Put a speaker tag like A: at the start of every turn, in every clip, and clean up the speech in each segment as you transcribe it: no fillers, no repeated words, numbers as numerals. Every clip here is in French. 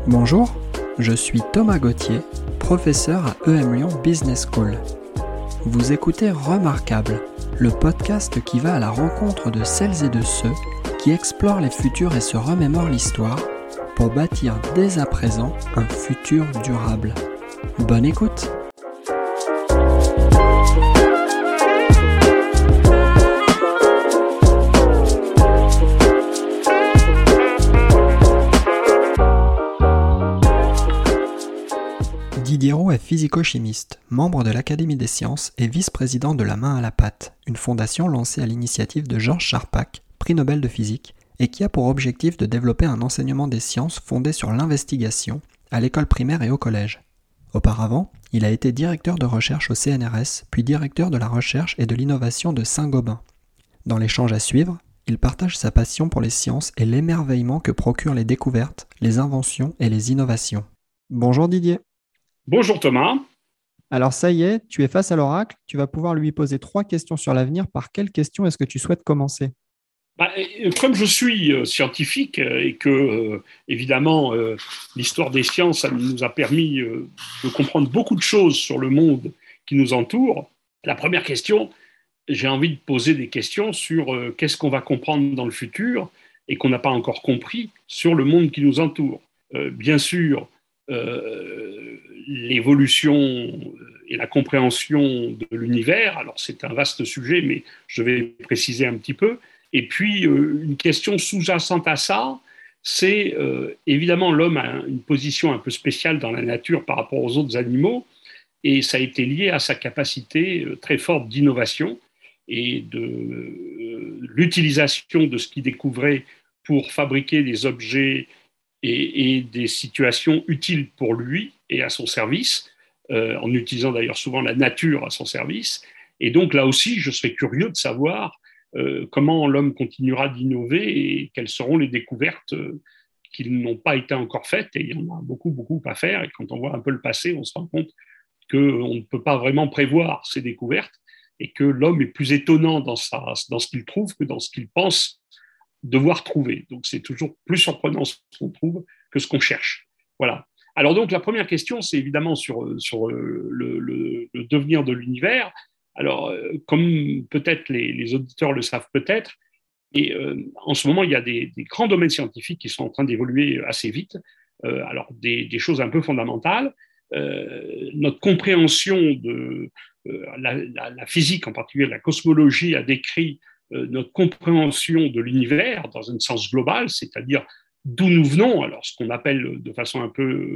A: Bonjour, je suis Thomas Gauthier, professeur à EM Lyon Business School. Vous écoutez Remarquable, le podcast qui va à la rencontre de celles et de ceux qui explorent les futurs et se remémorent l'histoire pour bâtir dès à présent un futur durable. Bonne écoute! Didier Roux est physico-chimiste, membre de l'Académie des sciences et vice-président de La Main à la Pâte, une fondation lancée à l'initiative de Georges Charpak, prix Nobel de physique, et qui a pour objectif de développer un enseignement des sciences fondé sur l'investigation à l'école primaire et au collège. Auparavant, il a été directeur de recherche au CNRS, puis directeur de la recherche et de l'innovation de Saint-Gobain. Dans l'échange à suivre, il partage sa passion pour les sciences et l'émerveillement que procurent les découvertes, les inventions et les innovations. Bonjour Didier.
B: Bonjour Thomas.
A: Alors ça y est, tu es face à l'oracle, tu vas pouvoir lui poser 3 questions sur l'avenir. Par quelle question est-ce que tu souhaites commencer ?
B: Comme je suis scientifique et que, évidemment, l'histoire des sciences ça nous a permis de comprendre beaucoup de choses sur le monde qui nous entoure, la première question, j'ai envie de poser des questions sur qu'est-ce qu'on va comprendre dans le futur et qu'on n'a pas encore compris sur le monde qui nous entoure. Bien sûr, l'évolution et la compréhension de l'univers, alors c'est un vaste sujet, mais je vais préciser un petit peu. Et puis, une question sous-jacente à ça, c'est évidemment l'homme a une position un peu spéciale dans la nature par rapport aux autres animaux, et ça a été lié à sa capacité très forte d'innovation et de l'utilisation de ce qu'il découvrait pour fabriquer des objets et des situations utiles pour lui et à son service, en utilisant d'ailleurs souvent la nature à son service. Et donc là aussi, je serais curieux de savoir comment l'homme continuera d'innover et quelles seront les découvertes qui n'ont pas été encore faites. Et il y en a beaucoup, beaucoup à faire. Et quand on voit un peu le passé, on se rend compte qu'on ne peut pas vraiment prévoir ces découvertes et que l'homme est plus étonnant dans ce qu'il trouve que dans ce qu'il pense devoir trouver. Donc, c'est toujours plus surprenant ce qu'on trouve que ce qu'on cherche. Voilà. Alors, donc, la première question, c'est évidemment sur le devenir de l'univers. Alors, comme peut-être les auditeurs le savent peut-être, et en ce moment, il y a des grands domaines scientifiques qui sont en train d'évoluer assez vite. Alors, des choses un peu fondamentales. Notre compréhension de la physique, en particulier la cosmologie, a décrit notre compréhension de l'univers dans un sens global, c'est-à-dire d'où nous venons, alors ce qu'on appelle de façon un peu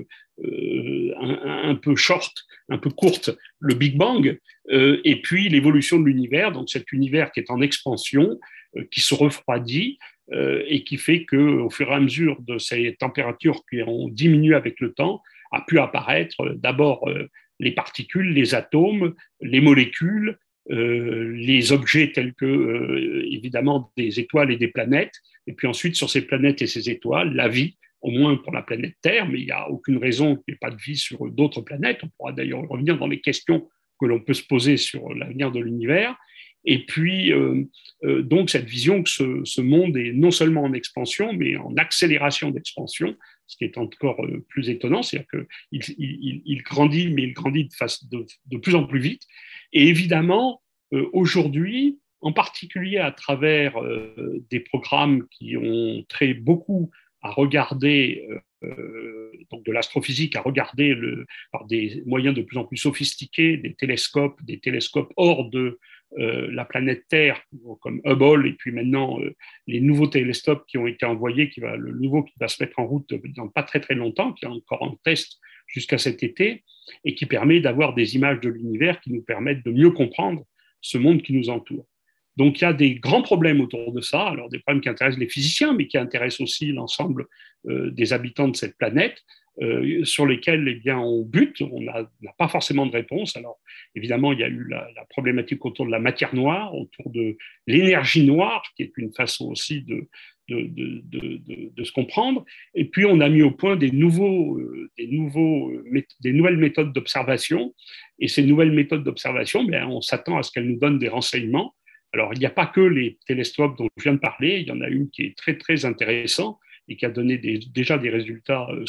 B: short, un peu courte, le Big Bang, et puis l'évolution de l'univers, donc cet univers qui est en expansion, qui se refroidit, et qui fait qu'au fur et à mesure de ces températures qui ont diminué avec le temps, a pu apparaître d'abord les particules, les atomes, les molécules, les objets tels que, évidemment, des étoiles et des planètes, et puis ensuite, sur ces planètes et ces étoiles, la vie, au moins pour la planète Terre, mais il n'y a aucune raison qu'il n'y ait pas de vie sur d'autres planètes. On pourra d'ailleurs revenir dans les questions que l'on peut se poser sur l'avenir de l'univers. Et puis, donc, cette vision que ce monde est non seulement en expansion, mais en accélération d'expansion, ce qui est encore plus étonnant, c'est-à-dire qu'il grandit, mais il grandit de plus en plus vite. Et évidemment, aujourd'hui, en particulier à travers des programmes qui ont trait beaucoup à regarder, donc de l'astrophysique, à regarder par des moyens de plus en plus sophistiqués, des télescopes hors de la planète Terre, comme Hubble, et puis maintenant les nouveaux télescopes qui ont été envoyés, le nouveau qui va se mettre en route dans pas très très longtemps, qui est encore en test jusqu'à cet été, et qui permet d'avoir des images de l'univers qui nous permettent de mieux comprendre ce monde qui nous entoure. Donc il y a des grands problèmes autour de ça, alors des problèmes qui intéressent les physiciens, mais qui intéressent aussi l'ensemble des habitants de cette planète, sur lesquels eh bien, on bute, on n'a pas forcément de réponse. Alors évidemment, il y a eu la problématique autour de la matière noire, autour de l'énergie noire, qui est une façon aussi de se comprendre. Et puis, on a mis au point des nouvelles méthodes d'observation. Et ces nouvelles méthodes d'observation, bien, on s'attend à ce qu'elles nous donnent des renseignements. Alors, il n'y a pas que les télescopes dont je viens de parler. Il y en a une qui est très, très intéressante et qui a donné déjà des résultats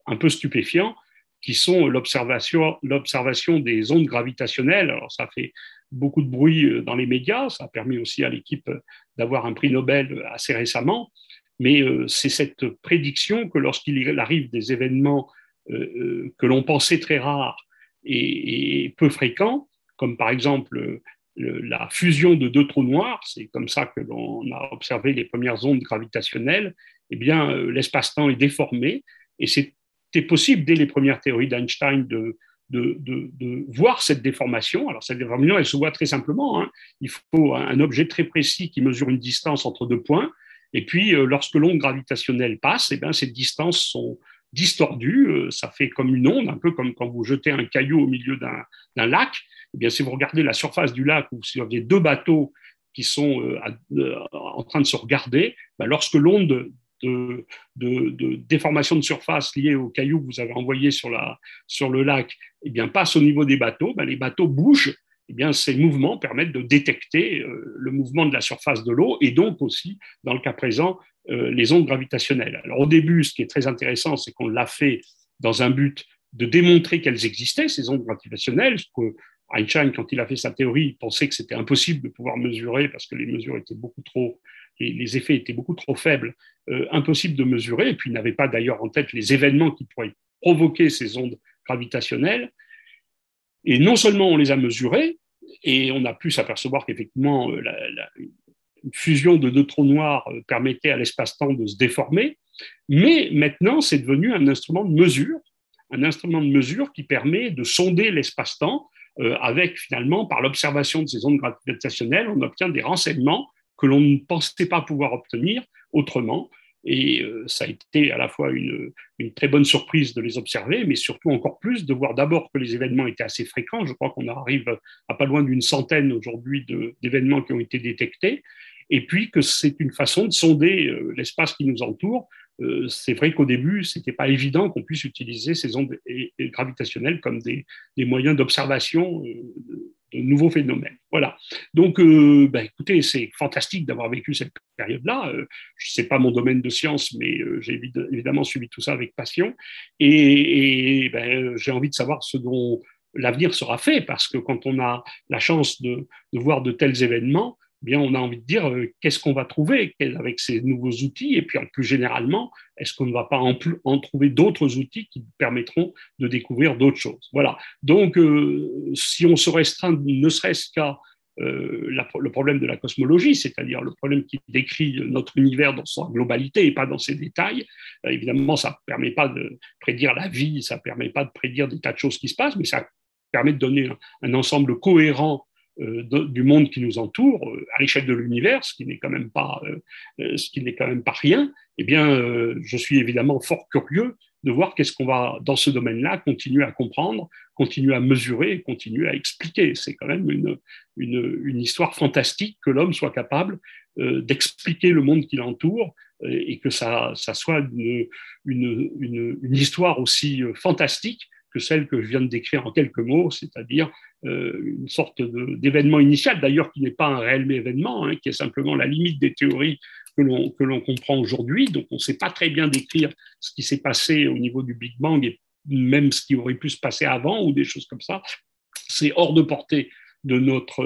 B: un peu stupéfiants, qui sont l'observation des ondes gravitationnelles. Alors, ça fait beaucoup de bruit dans les médias, ça a permis aussi à l'équipe d'avoir un prix Nobel assez récemment, mais c'est cette prédiction que lorsqu'il arrive des événements que l'on pensait très rares et peu fréquents, comme par exemple la fusion de deux trous noirs, c'est comme ça que l'on a observé les premières ondes gravitationnelles, eh bien, l'espace-temps est déformé, et c'était possible dès les premières théories d'Einstein de voir cette déformation. Alors, cette déformation, elle se voit très simplement, hein. Il faut un objet très précis qui mesure une distance entre deux points, et puis, lorsque l'onde gravitationnelle passe, eh bien, ces distances sont distordues, ça fait comme une onde, un peu comme quand vous jetez un caillou au milieu d'un lac. Eh bien, si vous regardez la surface du lac, ou si vous avez deux bateaux qui sont en train de se regarder, ben, lorsque l'onde de déformation de surface liée au caillou que vous avez envoyé sur le lac eh bien, passe au niveau des bateaux, ben, les bateaux bougent. Eh bien, ces mouvements permettent de détecter le mouvement de la surface de l'eau et donc aussi, dans le cas présent, les ondes gravitationnelles. Alors au début, ce qui est très intéressant, c'est qu'on l'a fait dans un but de démontrer qu'elles existaient, ces ondes gravitationnelles, ce que Einstein, quand il a fait sa théorie, il pensait que c'était impossible de pouvoir mesurer parce que les mesures étaient beaucoup trop, les effets étaient beaucoup trop faibles, impossible de mesurer, et puis il n'avait pas d'ailleurs en tête les événements qui pourraient provoquer ces ondes gravitationnelles. Et non seulement on les a mesurés, et on a pu s'apercevoir qu'effectivement, une fusion de deux trous noirs permettait à l'espace-temps de se déformer, mais maintenant, c'est devenu un instrument de mesure qui permet de sonder l'espace-temps avec finalement, par l'observation de ces ondes gravitationnelles, on obtient des renseignements que l'on ne pensait pas pouvoir obtenir autrement. Et ça a été à la fois une très bonne surprise de les observer, mais surtout encore plus de voir d'abord que les événements étaient assez fréquents. Je crois qu'on arrive à pas loin d'une centaine aujourd'hui d'événements qui ont été détectés. Et puis que c'est une façon de sonder l'espace qui nous entoure. C'est vrai qu'au début, ce n'était pas évident qu'on puisse utiliser ces ondes gravitationnelles comme des moyens d'observation de nouveaux phénomènes. Voilà. Donc, écoutez, c'est fantastique d'avoir vécu cette période-là. Ce n'est pas mon domaine de science, mais j'ai évidemment suivi tout ça avec passion. Et j'ai envie de savoir ce dont l'avenir sera fait, parce que quand on a la chance de voir de tels événements, eh bien, on a envie de dire qu'est-ce qu'on va trouver avec ces nouveaux outils, et puis en plus généralement, est-ce qu'on ne va pas en trouver d'autres outils qui permettront de découvrir d'autres choses. Voilà. Donc, si on se restreint ne serait-ce qu'à le problème de la cosmologie, c'est-à-dire le problème qui décrit notre univers dans sa globalité et pas dans ses détails, évidemment, ça ne permet pas de prédire la vie, ça ne permet pas de prédire des tas de choses qui se passent, mais ça permet de donner un ensemble cohérent du monde qui nous entoure à l'échelle de l'univers, ce qui n'est quand même pas rien. Eh bien, je suis évidemment fort curieux de voir qu'est-ce qu'on va dans ce domaine-là continuer à comprendre, continuer à mesurer, continuer à expliquer. C'est quand même une histoire fantastique que l'homme soit capable d'expliquer le monde qui l'entoure et que ça soit une histoire aussi fantastique que celle que je viens de décrire en quelques mots, c'est-à-dire une sorte d'événement initial, d'ailleurs qui n'est pas un réel événement, hein, qui est simplement la limite des théories que l'on comprend aujourd'hui. Donc on ne sait pas très bien décrire ce qui s'est passé au niveau du Big Bang et même ce qui aurait pu se passer avant ou des choses comme ça. C'est hors de portée de notre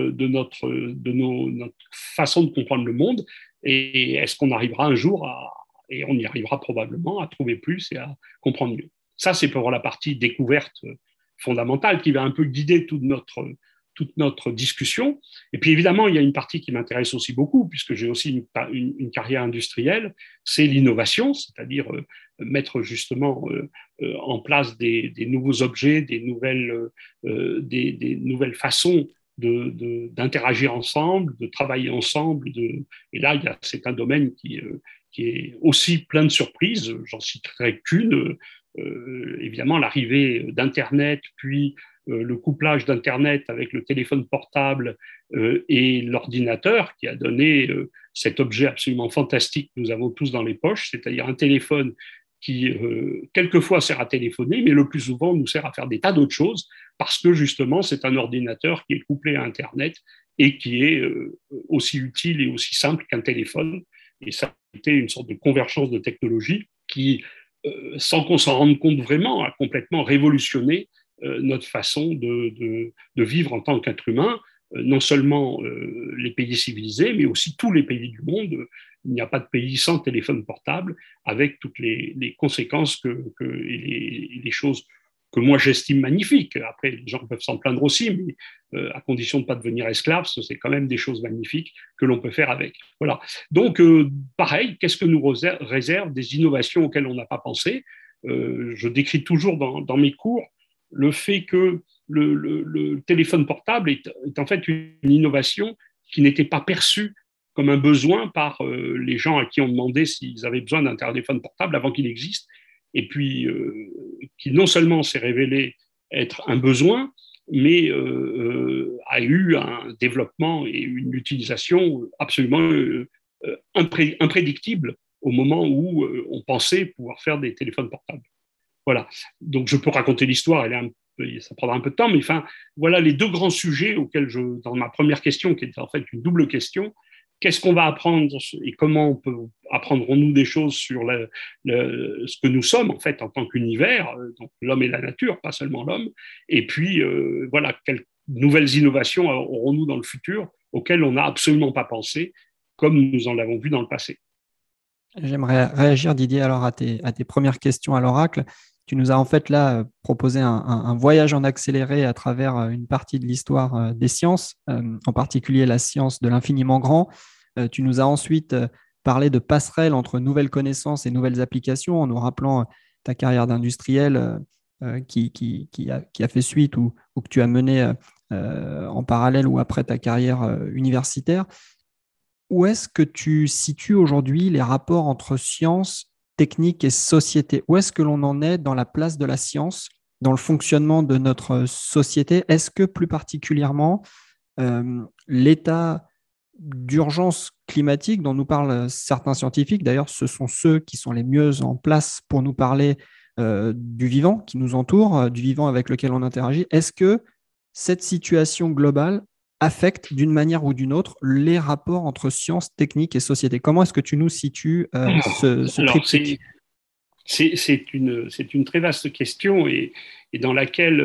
B: façon de comprendre le monde. Et est-ce qu'on arrivera un jour et on y arrivera probablement à trouver plus et à comprendre mieux. Ça, c'est pour la partie découverte fondamentale qui va un peu guider toute notre discussion. Et puis évidemment, il y a une partie qui m'intéresse aussi beaucoup, puisque j'ai aussi une carrière industrielle, c'est l'innovation, c'est-à-dire mettre justement en place des nouveaux objets, des nouvelles façons d'interagir ensemble, de travailler ensemble. Et là, c'est un domaine qui est aussi plein de surprises. J'en citerai qu'une. Évidemment, l'arrivée d'Internet, puis le couplage d'Internet avec le téléphone portable et l'ordinateur qui a donné cet objet absolument fantastique que nous avons tous dans les poches, c'est-à-dire un téléphone qui, quelquefois, sert à téléphoner, mais le plus souvent nous sert à faire des tas d'autres choses parce que, justement, c'est un ordinateur qui est couplé à Internet et qui est aussi utile et aussi simple qu'un téléphone. Et ça a été une sorte de convergence de technologie qui sans qu'on s'en rende compte vraiment, a complètement révolutionné notre façon de vivre en tant qu'être humain, non seulement les pays civilisés, mais aussi tous les pays du monde. Il n'y a pas de pays sans téléphone portable, avec toutes les conséquences et les choses que moi j'estime magnifiques. Après, les gens peuvent s'en plaindre aussi, mais à condition de ne pas devenir esclave, c'est quand même des choses magnifiques que l'on peut faire avec. Voilà. Donc, pareil, qu'est-ce que nous réserve des innovations auxquelles on n'a pas pensé? Je décris toujours dans mes cours le fait que le téléphone portable est en fait une innovation qui n'était pas perçue comme un besoin par les gens à qui on demandait s'ils avaient besoin d'un téléphone portable avant qu'il existe, et puis qui non seulement s'est révélé être un besoin, mais a eu un développement et une utilisation absolument imprédictible au moment où on pensait pouvoir faire des téléphones portables. Voilà. Donc, je peux raconter l'histoire, ça prendra un peu de temps, mais enfin, voilà les deux grands sujets auxquels dans ma première question, qui était en fait une double question, qu'est-ce qu'on va apprendre et comment apprendrons-nous des choses sur ce que nous sommes en fait en tant qu'univers, donc l'homme et la nature, pas seulement l'homme, et puis voilà, quelles nouvelles innovations aurons-nous dans le futur auxquelles on n'a absolument pas pensé, comme nous en avons vu dans le passé.
A: J'aimerais réagir, Didier, alors à tes premières questions à l'oracle. Tu nous as en fait là proposé un voyage en accéléré à travers une partie de l'histoire des sciences, en particulier la science de l'infiniment grand. Tu nous as ensuite parlé de passerelles entre nouvelles connaissances et nouvelles applications en nous rappelant ta carrière d'industriel qui a fait suite ou que tu as mené en parallèle ou après ta carrière universitaire. Où est-ce que tu situes aujourd'hui les rapports entre science, technique et société? Où est-ce que l'on en est dans la place de la science, dans le fonctionnement de notre société? Est-ce que plus particulièrement, l'état d'urgence climatique dont nous parlent certains scientifiques, d'ailleurs ce sont ceux qui sont les mieux en place pour nous parler du vivant qui nous entoure, du vivant avec lequel on interagit, est-ce que cette situation globale affecte d'une manière ou d'une autre les rapports entre sciences, techniques et société? Comment est-ce que tu nous situes ce
B: Alors,
A: triptyque?
B: c'est une très vaste question et dans laquelle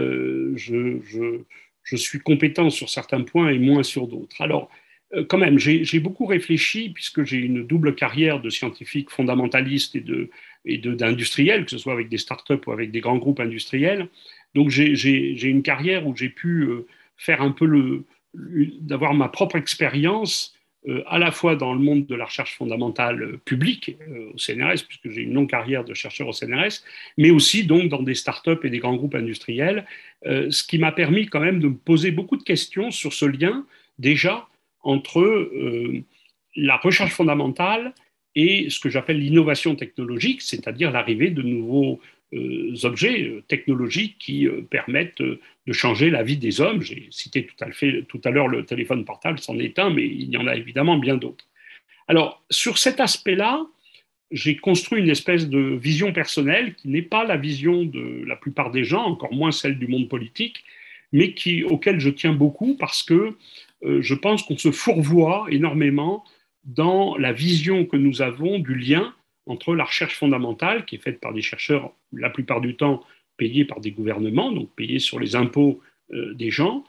B: je suis compétent sur certains points et moins sur d'autres. Alors, quand même, j'ai beaucoup réfléchi, puisque j'ai une double carrière de scientifique fondamentaliste d'industriel, que ce soit avec des startups ou avec des grands groupes industriels. Donc, j'ai une carrière où j'ai pu faire un peu d'avoir ma propre expérience à la fois dans le monde de la recherche fondamentale publique au CNRS, puisque j'ai une longue carrière de chercheur au CNRS, mais aussi donc dans des startups et des grands groupes industriels, ce qui m'a permis quand même de me poser beaucoup de questions sur ce lien déjà entre la recherche fondamentale et ce que j'appelle l'innovation technologique, c'est-à-dire l'arrivée de nouveaux objets technologiques qui permettent de changer la vie des hommes. J'ai cité tout à l'heure le téléphone portable, c'en est un, mais il y en a évidemment bien d'autres. Alors, sur cet aspect-là, j'ai construit une espèce de vision personnelle qui n'est pas la vision de la plupart des gens, encore moins celle du monde politique, mais auquel je tiens beaucoup parce que je pense qu'on se fourvoie énormément dans la vision que nous avons du lien entre la recherche fondamentale, qui est faite par des chercheurs la plupart du temps payés par des gouvernements, donc payés sur les impôts des gens,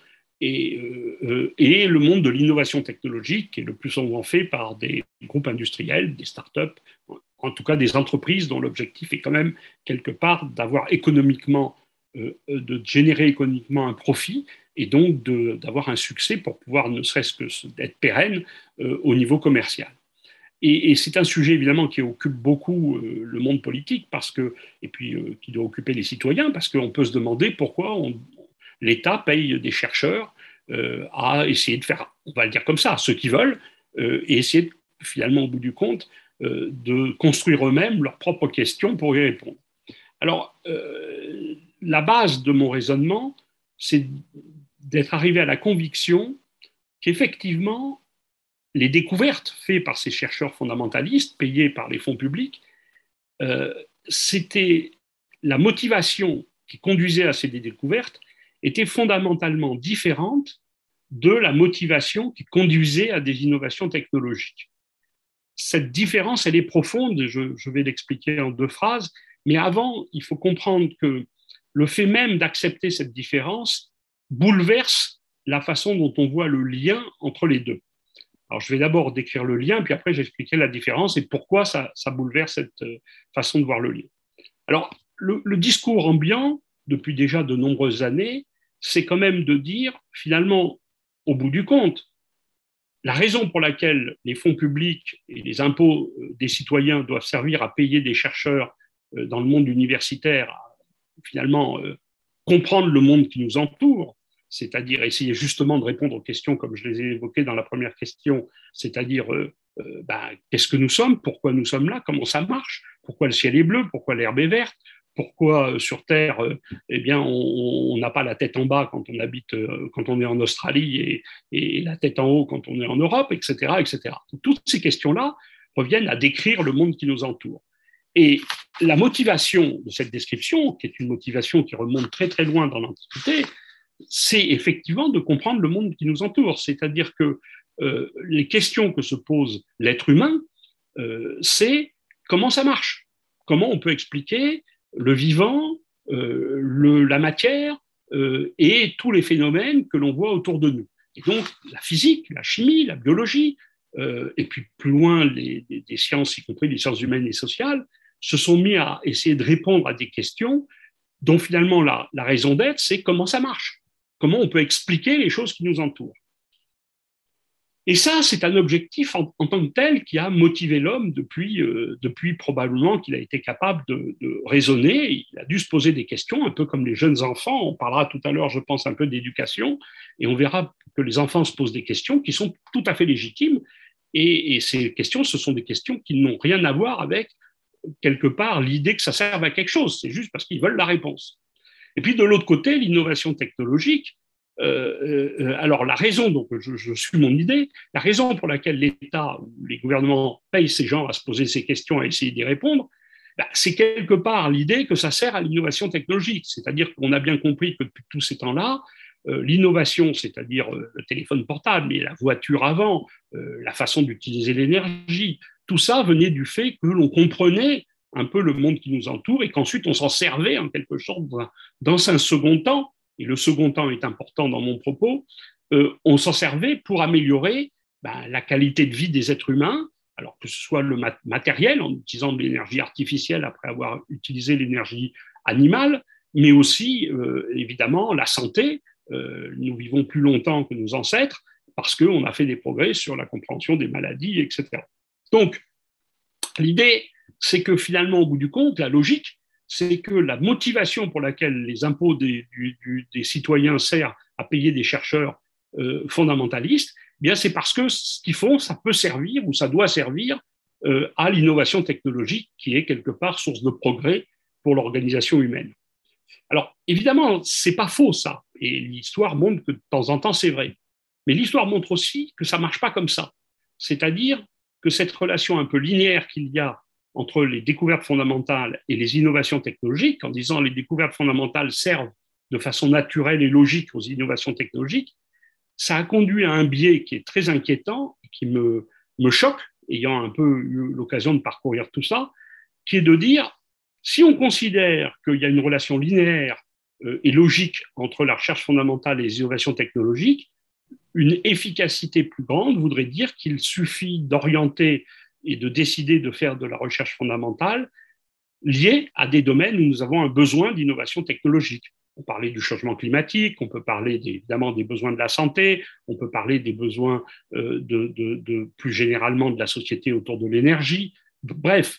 B: et le monde de l'innovation technologique, qui est le plus souvent fait par des groupes industriels, des startups, en tout cas des entreprises dont l'objectif est quand même quelque part d'avoir économiquement, de générer économiquement un profit et donc d'avoir un succès pour pouvoir ne serait-ce que d'être pérenne au niveau commercial. Et c'est un sujet évidemment qui occupe beaucoup le monde politique et puis qui doit occuper les citoyens parce qu'on peut se demander pourquoi l'État paye des chercheurs à essayer de faire, on va le dire comme ça, ceux qui veulent, et essayer finalement au bout du compte de construire eux-mêmes leurs propres questions pour y répondre. Alors, la base de mon raisonnement, c'est d'être arrivé à la conviction qu'effectivement, les découvertes faites par ces chercheurs fondamentalistes, payés par les fonds publics, c'était la motivation qui conduisait à ces découvertes était fondamentalement différente de la motivation qui conduisait à des innovations technologiques. Cette différence, elle est profonde, je vais l'expliquer en deux phrases. Mais avant, il faut comprendre que le fait même d'accepter cette différence bouleverse la façon dont on voit le lien entre les deux. Alors, je vais d'abord décrire le lien, puis après, j'expliquerai la différence et pourquoi ça bouleverse cette façon de voir le lien. Alors, le discours ambiant, depuis déjà de nombreuses années, c'est quand même de dire, finalement, au bout du compte, la raison pour laquelle les fonds publics et les impôts des citoyens doivent servir à payer des chercheurs dans le monde universitaire, à, finalement, comprendre le monde qui nous entoure, c'est-à-dire essayer justement de répondre aux questions comme je les ai évoquées dans la première question, c'est-à-dire qu'est-ce que nous sommes, pourquoi nous sommes là, comment ça marche, pourquoi le ciel est bleu, pourquoi l'herbe est verte, pourquoi sur Terre, eh bien, on n'a pas la tête en bas quand on habite, quand on est en Australie et la tête en haut quand on est en Europe, etc., etc. Toutes ces questions-là reviennent à décrire le monde qui nous entoure. Et la motivation de cette description, qui est une motivation qui remonte très très loin dans l'Antiquité, c'est effectivement de comprendre le monde qui nous entoure. C'est-à-dire que les questions que se pose l'être humain, c'est comment ça marche, comment on peut expliquer le vivant, la matière et tous les phénomènes que l'on voit autour de nous. Et donc la physique, la chimie, la biologie, et puis plus loin des sciences, y compris les sciences humaines et sociales, se sont mis à essayer de répondre à des questions dont finalement la raison d'être, c'est comment ça marche, comment on peut expliquer les choses qui nous entourent. Et ça, c'est un objectif en tant que tel qui a motivé l'homme depuis probablement qu'il a été capable de raisonner. Il a dû se poser des questions, un peu comme les jeunes enfants. On parlera tout à l'heure, je pense, un peu d'éducation, et on verra que les enfants se posent des questions qui sont tout à fait légitimes. Et ces questions, ce sont des questions qui n'ont rien à voir avec, quelque part, l'idée que ça serve à quelque chose. C'est juste parce qu'ils veulent la réponse. Et puis, de l'autre côté, l'innovation technologique. Alors la raison, donc je suis mon idée, la raison pour laquelle l'État ou les gouvernements payent ces gens à se poser ces questions, à essayer d'y répondre, c'est quelque part l'idée que ça sert à l'innovation technologique. C'est-à-dire qu'on a bien compris que depuis tous ces temps-là, l'innovation, c'est-à-dire le téléphone portable, mais la voiture avant, la façon d'utiliser l'énergie, tout ça venait du fait que l'on comprenait un peu le monde qui nous entoure et qu'ensuite on s'en servait en quelque sorte dans un second temps, et le second temps est important dans mon propos, on s'en servait pour améliorer la qualité de vie des êtres humains, alors que ce soit le matériel, en utilisant de l'énergie artificielle après avoir utilisé l'énergie animale, mais aussi, évidemment, la santé. Nous vivons plus longtemps que nos ancêtres parce qu'on a fait des progrès sur la compréhension des maladies, etc. Donc, l'idée, c'est que finalement, au bout du compte, la logique, c'est que la motivation pour laquelle les impôts des citoyens servent à payer des chercheurs fondamentalistes, eh bien c'est parce que ce qu'ils font, ça peut servir ou ça doit servir à l'innovation technologique qui est quelque part source de progrès pour l'organisation humaine. Alors évidemment, c'est pas faux ça, et l'histoire montre que de temps en temps c'est vrai. Mais l'histoire montre aussi que ça marche pas comme ça. C'est-à-dire que cette relation un peu linéaire qu'il y a entre les découvertes fondamentales et les innovations technologiques, en disant les découvertes fondamentales servent de façon naturelle et logique aux innovations technologiques, ça a conduit à un biais qui est très inquiétant, qui me choque, ayant un peu eu l'occasion de parcourir tout ça, qui est de dire, si on considère qu'il y a une relation linéaire et logique entre la recherche fondamentale et les innovations technologiques, une efficacité plus grande voudrait dire qu'il suffit d'orienter et de décider de faire de la recherche fondamentale liée à des domaines où nous avons un besoin d'innovation technologique. On peut parler du changement climatique, on peut parler évidemment des besoins de la santé, on peut parler des besoins plus généralement de la société autour de l'énergie. Bref,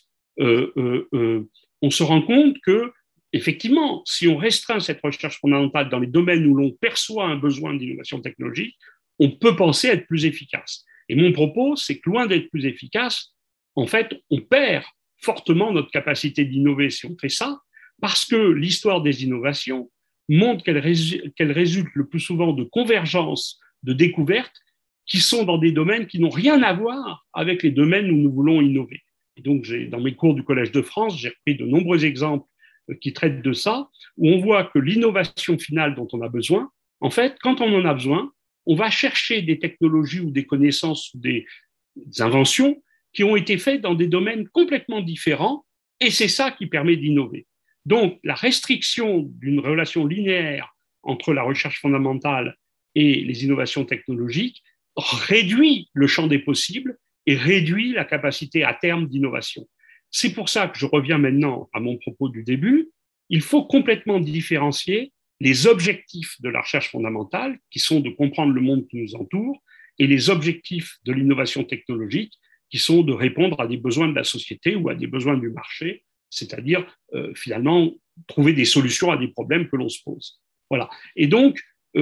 B: on se rend compte que, effectivement, si on restreint cette recherche fondamentale dans les domaines où l'on perçoit un besoin d'innovation technologique, on peut penser être plus efficace. Et mon propos, c'est que loin d'être plus efficace, en fait, on perd fortement notre capacité d'innover si on fait ça, parce que l'histoire des innovations montre qu'elles résultent le plus souvent de convergences, de découvertes, qui sont dans des domaines qui n'ont rien à voir avec les domaines où nous voulons innover. Et donc, dans mes cours du Collège de France, j'ai pris de nombreux exemples qui traitent de ça, où on voit que l'innovation finale dont on a besoin, en fait, quand on en a besoin, on va chercher des technologies ou des connaissances ou des inventions qui ont été faites dans des domaines complètement différents Et c'est ça qui permet d'innover. Donc, la restriction d'une relation linéaire entre la recherche fondamentale et les innovations technologiques réduit le champ des possibles et réduit la capacité à terme d'innovation. C'est pour ça que je reviens maintenant à mon propos du début. Il faut complètement différencier les objectifs de la recherche fondamentale, qui sont de comprendre le monde qui nous entoure, et les objectifs de l'innovation technologique, qui sont de répondre à des besoins de la société ou à des besoins du marché, c'est-à-dire finalement trouver des solutions à des problèmes que l'on se pose. Voilà. Et donc,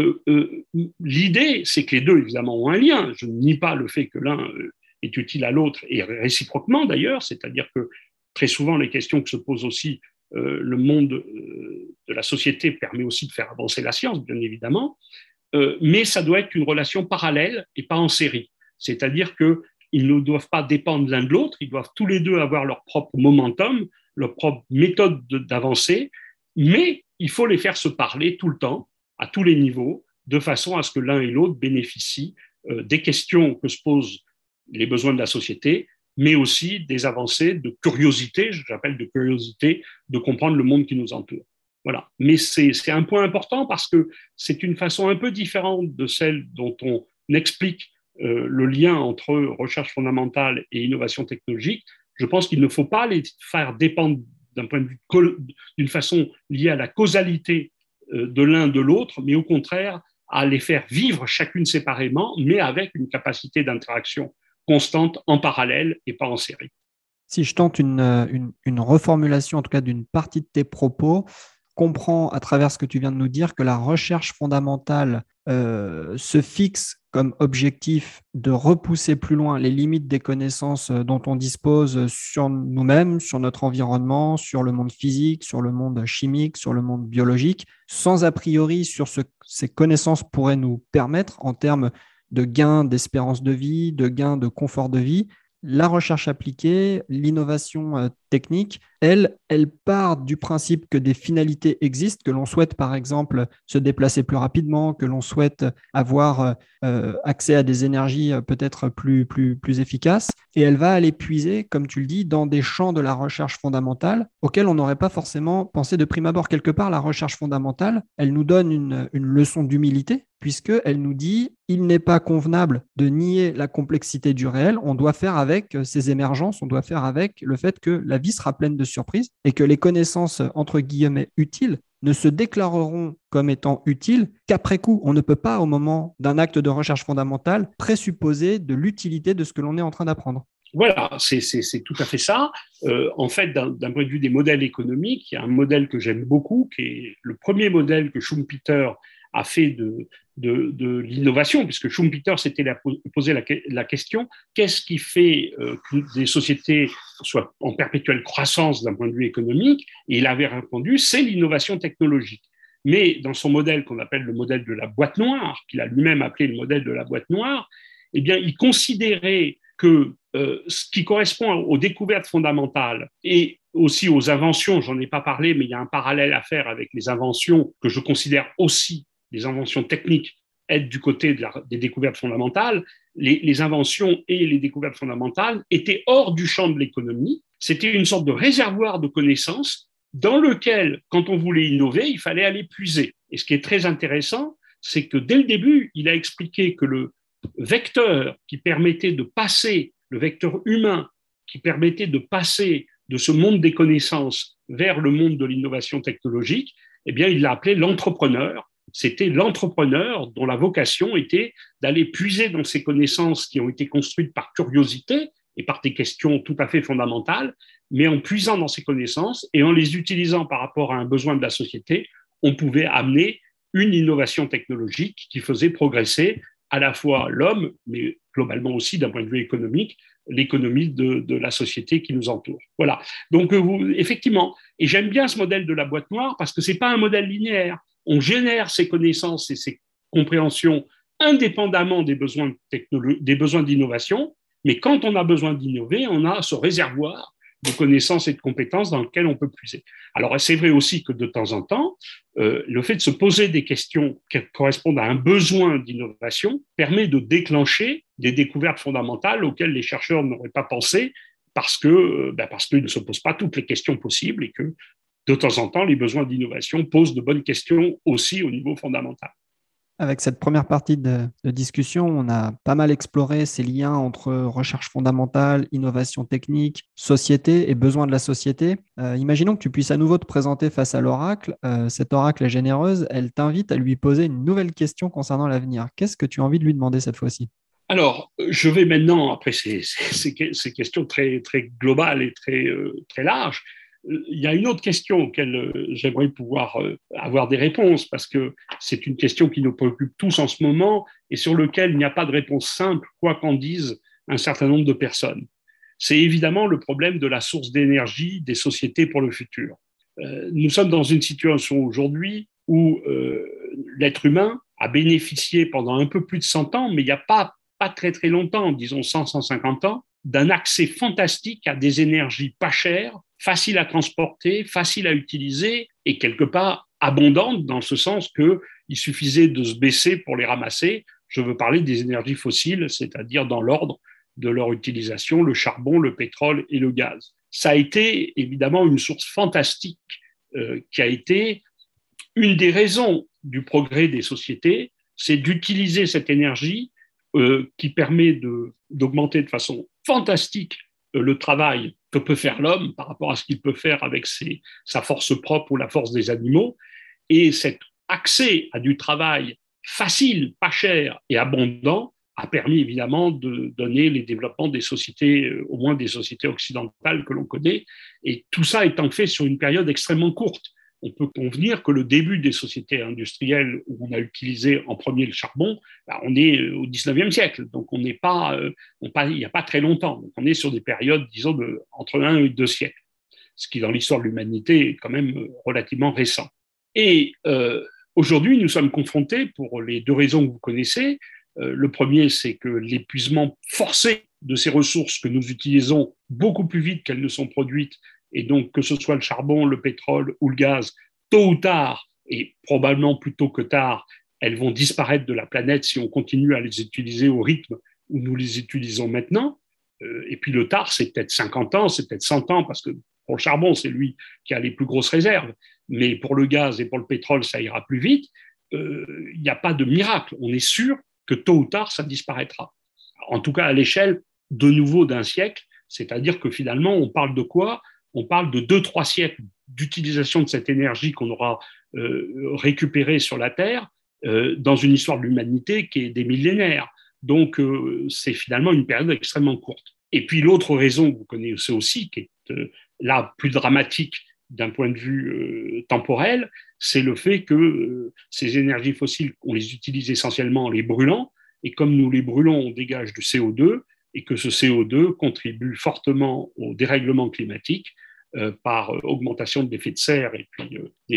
B: l'idée, c'est que les deux, évidemment, ont un lien. Je ne nie pas le fait que l'un est utile à l'autre, et réciproquement d'ailleurs, c'est-à-dire que très souvent, les questions que se pose aussi le monde de la société permet aussi de faire avancer la science, bien évidemment, mais ça doit être une relation parallèle et pas en série. C'est-à-dire qu'ils ne doivent pas dépendre l'un de l'autre, ils doivent tous les deux avoir leur propre momentum, leur propre méthode d'avancer, mais il faut les faire se parler tout le temps, à tous les niveaux, de façon à ce que l'un et l'autre bénéficient des questions que se posent les besoins de la société, mais aussi des avancées de curiosité, j'appelle de curiosité, de comprendre le monde qui nous entoure. Voilà. Mais c'est un point important parce que c'est une façon un peu différente de celle dont on explique le lien entre recherche fondamentale et innovation technologique. Je pense qu'il ne faut pas les faire dépendre d'un point de vue d'une façon liée à la causalité de l'un de l'autre, mais au contraire à les faire vivre chacune séparément, mais avec une capacité d'interaction constante en parallèle et pas en série.
A: Si je tente une reformulation, en tout cas d'une partie de tes propos, comprends à travers ce que tu viens de nous dire que la recherche fondamentale se fixe comme objectif de repousser plus loin les limites des connaissances dont on dispose sur nous-mêmes, sur notre environnement, sur le monde physique, sur le monde chimique, sur le monde biologique, sans a priori sur ce que ces connaissances pourraient nous permettre en termes de gains d'espérance de vie, de gains de confort de vie. La recherche appliquée, l'innovation technique, elle part du principe que des finalités existent, que l'on souhaite par exemple se déplacer plus rapidement, que l'on souhaite avoir accès à des énergies peut-être plus efficaces, et elle va aller puiser, comme tu le dis, dans des champs de la recherche fondamentale auxquels on n'aurait pas forcément pensé de prime abord. Quelque part, la recherche fondamentale, elle nous donne une leçon d'humilité, puisqu'elle nous dit il n'est pas convenable de nier la complexité du réel, on doit faire avec ces émergences, on doit faire avec le fait que la vie sera pleine de surprises et que les connaissances, entre guillemets, utiles ne se déclareront comme étant utiles qu'après coup. On ne peut pas, au moment d'un acte de recherche fondamentale, présupposer de l'utilité de ce que l'on est en train d'apprendre.
B: Voilà, c'est tout à fait ça. En fait, d'un point de vue des modèles économiques, il y a un modèle que j'aime beaucoup, qui est le premier modèle que Schumpeter a fait de l'innovation, puisque Schumpeter s'était posé la question, qu'est-ce qui fait que des sociétés soient en perpétuelle croissance d'un point de vue économique? Et il avait répondu, c'est l'innovation technologique. Mais dans son modèle qu'on appelle le modèle de la boîte noire, qu'il a lui-même appelé le modèle de la boîte noire, eh bien, il considérait que ce qui correspond aux découvertes fondamentales et aussi aux inventions, j'en ai pas parlé, mais il y a un parallèle à faire avec les inventions que je considère aussi des inventions techniques, être du côté des découvertes fondamentales. Les inventions et les découvertes fondamentales étaient hors du champ de l'économie. C'était une sorte de réservoir de connaissances dans lequel, quand on voulait innover, il fallait aller puiser. Et ce qui est très intéressant, c'est que dès le début, il a expliqué que le vecteur qui permettait de passer, le vecteur humain qui permettait de passer de ce monde des connaissances vers le monde de l'innovation technologique, eh bien, il l'a appelé l'entrepreneur. C'était l'entrepreneur dont la vocation était d'aller puiser dans ces connaissances qui ont été construites par curiosité et par des questions tout à fait fondamentales, mais en puisant dans ces connaissances et en les utilisant par rapport à un besoin de la société, on pouvait amener une innovation technologique qui faisait progresser à la fois l'homme, mais globalement aussi d'un point de vue économique, l'économie de la société qui nous entoure. Voilà. Donc, effectivement, et j'aime bien ce modèle de la boîte noire parce que ce n'est pas un modèle linéaire. On génère ces connaissances et ces compréhensions indépendamment des besoins d'innovation, mais quand on a besoin d'innover, on a ce réservoir de connaissances et de compétences dans lequel on peut puiser. Alors, c'est vrai aussi que de temps en temps, le fait de se poser des questions qui correspondent à un besoin d'innovation permet de déclencher des découvertes fondamentales auxquelles les chercheurs n'auraient pas pensé, parce qu'ils ne se posent pas toutes les questions possibles et que de temps en temps, les besoins d'innovation posent de bonnes questions aussi au niveau fondamental.
A: Avec cette première partie de discussion, on a pas mal exploré ces liens entre recherche fondamentale, innovation technique, société et besoins de la société. Imaginons que tu puisses à nouveau te présenter face à l'oracle. Cet oracle est généreuse, elle t'invite à lui poser une nouvelle question concernant l'avenir. Qu'est-ce que tu as envie de lui demander cette fois-ci?
B: Alors, je vais maintenant, après ces questions très, très globales et très larges, il y a une autre question auquel j'aimerais pouvoir avoir des réponses, parce que c'est une question qui nous préoccupe tous en ce moment et sur laquelle il n'y a pas de réponse simple, quoi qu'en disent un certain nombre de personnes. C'est évidemment le problème de la source d'énergie des sociétés pour le futur. Nous sommes dans une situation aujourd'hui où l'être humain a bénéficié pendant un peu plus de 100 ans, mais il n'y a pas très très longtemps, disons 100-150 ans, d'un accès fantastique à des énergies pas chères, faciles à transporter, faciles à utiliser et quelque part abondantes dans ce sens qu'il suffisait de se baisser pour les ramasser. Je veux parler des énergies fossiles, c'est-à-dire dans l'ordre de leur utilisation, le charbon, le pétrole et le gaz. Ça a été évidemment une source fantastique qui a été une des raisons du progrès des sociétés, c'est d'utiliser cette énergie qui permet d'augmenter de façon fantastique le travail que peut faire l'homme par rapport à ce qu'il peut faire avec sa force propre ou la force des animaux. Et cet accès à du travail facile, pas cher et abondant a permis évidemment de donner les développements des sociétés, au moins des sociétés occidentales que l'on connaît. Et tout ça étant fait sur une période extrêmement courte. On peut convenir que le début des sociétés industrielles où on a utilisé en premier le charbon, on est au 19e siècle, donc on n'est pas, il n'y a pas très longtemps. Donc on est sur des périodes, disons, entre 1 et 2 siècles, ce qui dans l'histoire de l'humanité est quand même relativement récent. Et aujourd'hui, nous sommes confrontés, pour les deux raisons que vous connaissez, le premier, c'est que l'épuisement forcé de ces ressources que nous utilisons beaucoup plus vite qu'elles ne sont produites, et donc que ce soit le charbon, le pétrole ou le gaz, tôt ou tard, et probablement plus tôt que tard, elles vont disparaître de la planète si on continue à les utiliser au rythme où nous les utilisons maintenant. Et puis le tard, c'est peut-être 50 ans, c'est peut-être 100 ans, parce que pour le charbon, c'est lui qui a les plus grosses réserves, mais pour le gaz et pour le pétrole, ça ira plus vite. Il n'y a pas de miracle. On est sûr que tôt ou tard, ça disparaîtra. En tout cas, à l'échelle de nouveau d'un siècle, c'est-à-dire que finalement, on parle de quoi? On parle de 2-3 siècles d'utilisation de cette énergie qu'on aura récupérée sur la Terre dans une histoire de l'humanité qui est des millénaires. Donc, c'est finalement une période extrêmement courte. Et puis, l'autre raison que vous connaissez aussi, qui est là plus dramatique d'un point de vue temporel, c'est le fait que ces énergies fossiles, on les utilise essentiellement en les brûlant, et comme nous les brûlons, on dégage du CO2, et que ce CO2 contribue fortement au dérèglement climatique par augmentation de l'effet de serre et puis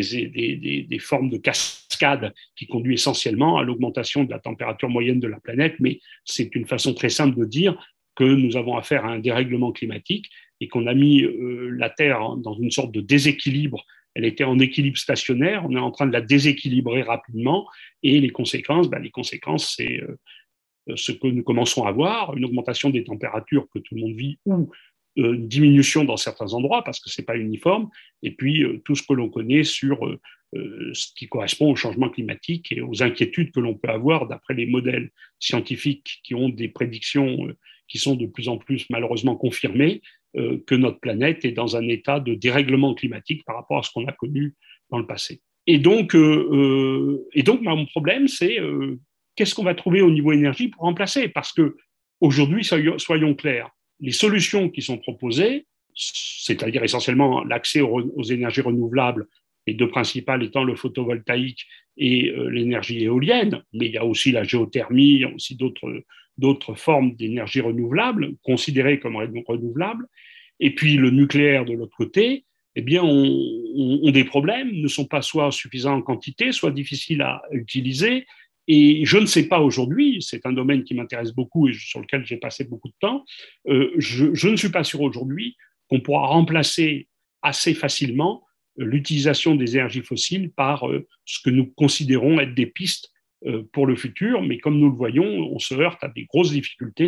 B: des formes de cascade qui conduisent essentiellement à l'augmentation de la température moyenne de la planète. Mais c'est une façon très simple de dire que nous avons affaire à un dérèglement climatique et qu'on a mis la Terre dans une sorte de déséquilibre. Elle était en équilibre stationnaire, on est en train de la déséquilibrer rapidement et les conséquences, c'est ce que nous commençons à voir, une augmentation des températures que tout le monde vit ou une diminution dans certains endroits parce que ce n'est pas uniforme, et puis tout ce que l'on connaît sur ce qui correspond au changement climatique et aux inquiétudes que l'on peut avoir d'après les modèles scientifiques qui ont des prédictions qui sont de plus en plus malheureusement confirmées, que notre planète est dans un état de dérèglement climatique par rapport à ce qu'on a connu dans le passé. Et donc mon problème, c'est qu'est-ce qu'on va trouver au niveau énergie pour remplacer? Parce que aujourd'hui, soyons clairs, les solutions qui sont proposées, c'est-à-dire essentiellement l'accès aux énergies renouvelables, les deux principales étant le photovoltaïque et l'énergie éolienne, mais il y a aussi la géothermie, il y a aussi d'autres formes d'énergie renouvelable, considérées comme renouvelables, et puis le nucléaire de l'autre côté, eh bien, ont des problèmes, ne sont pas soit suffisants en quantité, soit difficiles à utiliser. Et je ne sais pas aujourd'hui, c'est un domaine qui m'intéresse beaucoup et sur lequel j'ai passé beaucoup de temps, je ne suis pas sûr aujourd'hui qu'on pourra remplacer assez facilement l'utilisation des énergies fossiles par ce que nous considérons être des pistes pour le futur. Mais comme nous le voyons, on se heurte à des grosses difficultés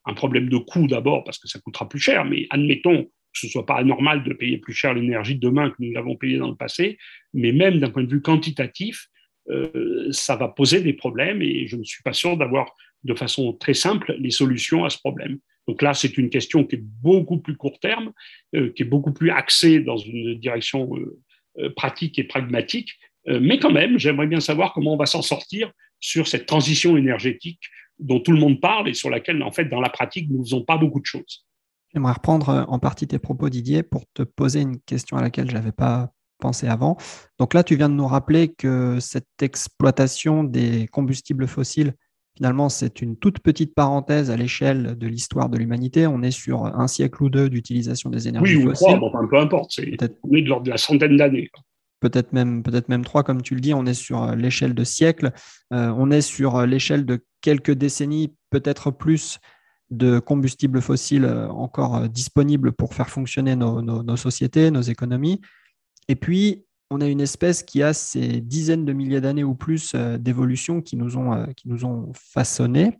B: un problème de coût d'abord, parce que ça coûtera plus cher, mais admettons que ce ne soit pas anormal de payer plus cher l'énergie demain que nous l'avons payé dans le passé, mais même d'un point de vue quantitatif, ça va poser des problèmes et je ne suis pas sûr d'avoir de façon très simple les solutions à ce problème. Donc là, c'est une question qui est beaucoup plus court terme, qui est beaucoup plus axée dans une direction pratique et pragmatique, mais quand même, j'aimerais bien savoir comment on va s'en sortir sur cette transition énergétique dont tout le monde parle et sur laquelle, en fait, dans la pratique, nous ne faisons pas beaucoup de choses.
A: J'aimerais reprendre en partie tes propos, Didier, pour te poser une question à laquelle je n'avais pas pensé avant. Donc là, tu viens de nous rappeler que cette exploitation des combustibles fossiles, finalement, c'est une toute petite parenthèse à l'échelle de l'histoire de l'humanité. On est sur un siècle ou deux d'utilisation des énergies
B: Oui, ou trois,
A: fossiles.
B: bon, enfin, peu importe, on est de l'ordre de la centaine d'années.
A: Peut-être même trois, comme tu le dis, on est sur l'échelle de siècles, on est sur l'échelle de quelques décennies, peut-être plus de combustibles fossiles encore disponibles pour faire fonctionner nos sociétés, nos économies. Et puis, on a une espèce qui a ces dizaines de milliers d'années ou plus d'évolution qui nous ont façonnés.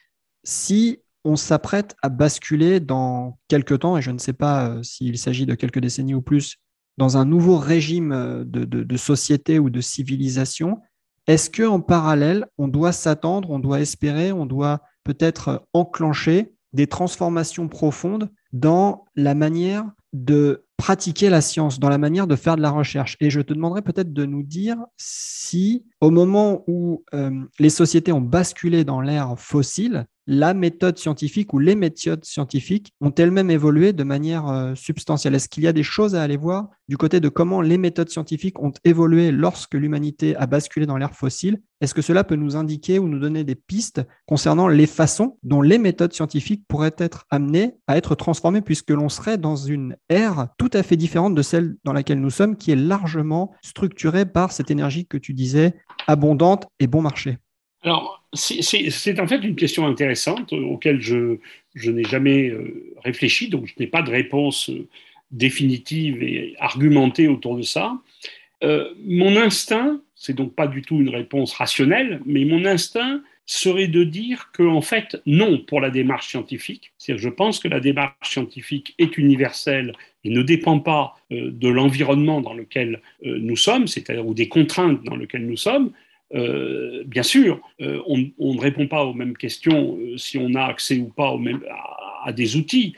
A: Si on s'apprête à basculer dans quelques temps, et je ne sais pas s'il s'agit de quelques décennies ou plus, dans un nouveau régime de société ou de civilisation, est-ce qu'en parallèle, on doit s'attendre, on doit espérer, on doit peut-être enclencher des transformations profondes dans la manière de pratiquer la science, dans la manière de faire de la recherche? Et je te demanderais peut-être de nous dire si, au moment où les sociétés ont basculé dans l'ère fossile, la méthode scientifique ou les méthodes scientifiques ont elles-mêmes évolué de manière substantielle. Est-ce qu'il y a des choses à aller voir du côté de comment les méthodes scientifiques ont évolué lorsque l'humanité a basculé dans l'ère fossile? Est-ce que cela peut nous indiquer ou nous donner des pistes concernant les façons dont les méthodes scientifiques pourraient être amenées à être transformées, puisque l'on serait dans une ère tout à fait différente de celle dans laquelle nous sommes, qui est largement structurée par cette énergie que tu disais, abondante et bon marché?
B: Alors, c'est en fait une question intéressante auquel je n'ai jamais réfléchi, donc je n'ai pas de réponse définitive et argumentée autour de ça. Mon instinct, c'est donc pas du tout une réponse rationnelle, mais mon instinct serait de dire que, en fait, non pour la démarche scientifique. C'est-à-dire, je pense que la démarche scientifique est universelle et ne dépend pas de l'environnement dans lequel nous sommes, c'est-à-dire ou des contraintes dans lesquelles nous sommes. Bien sûr, on ne répond pas aux mêmes questions si on a accès ou pas à des outils,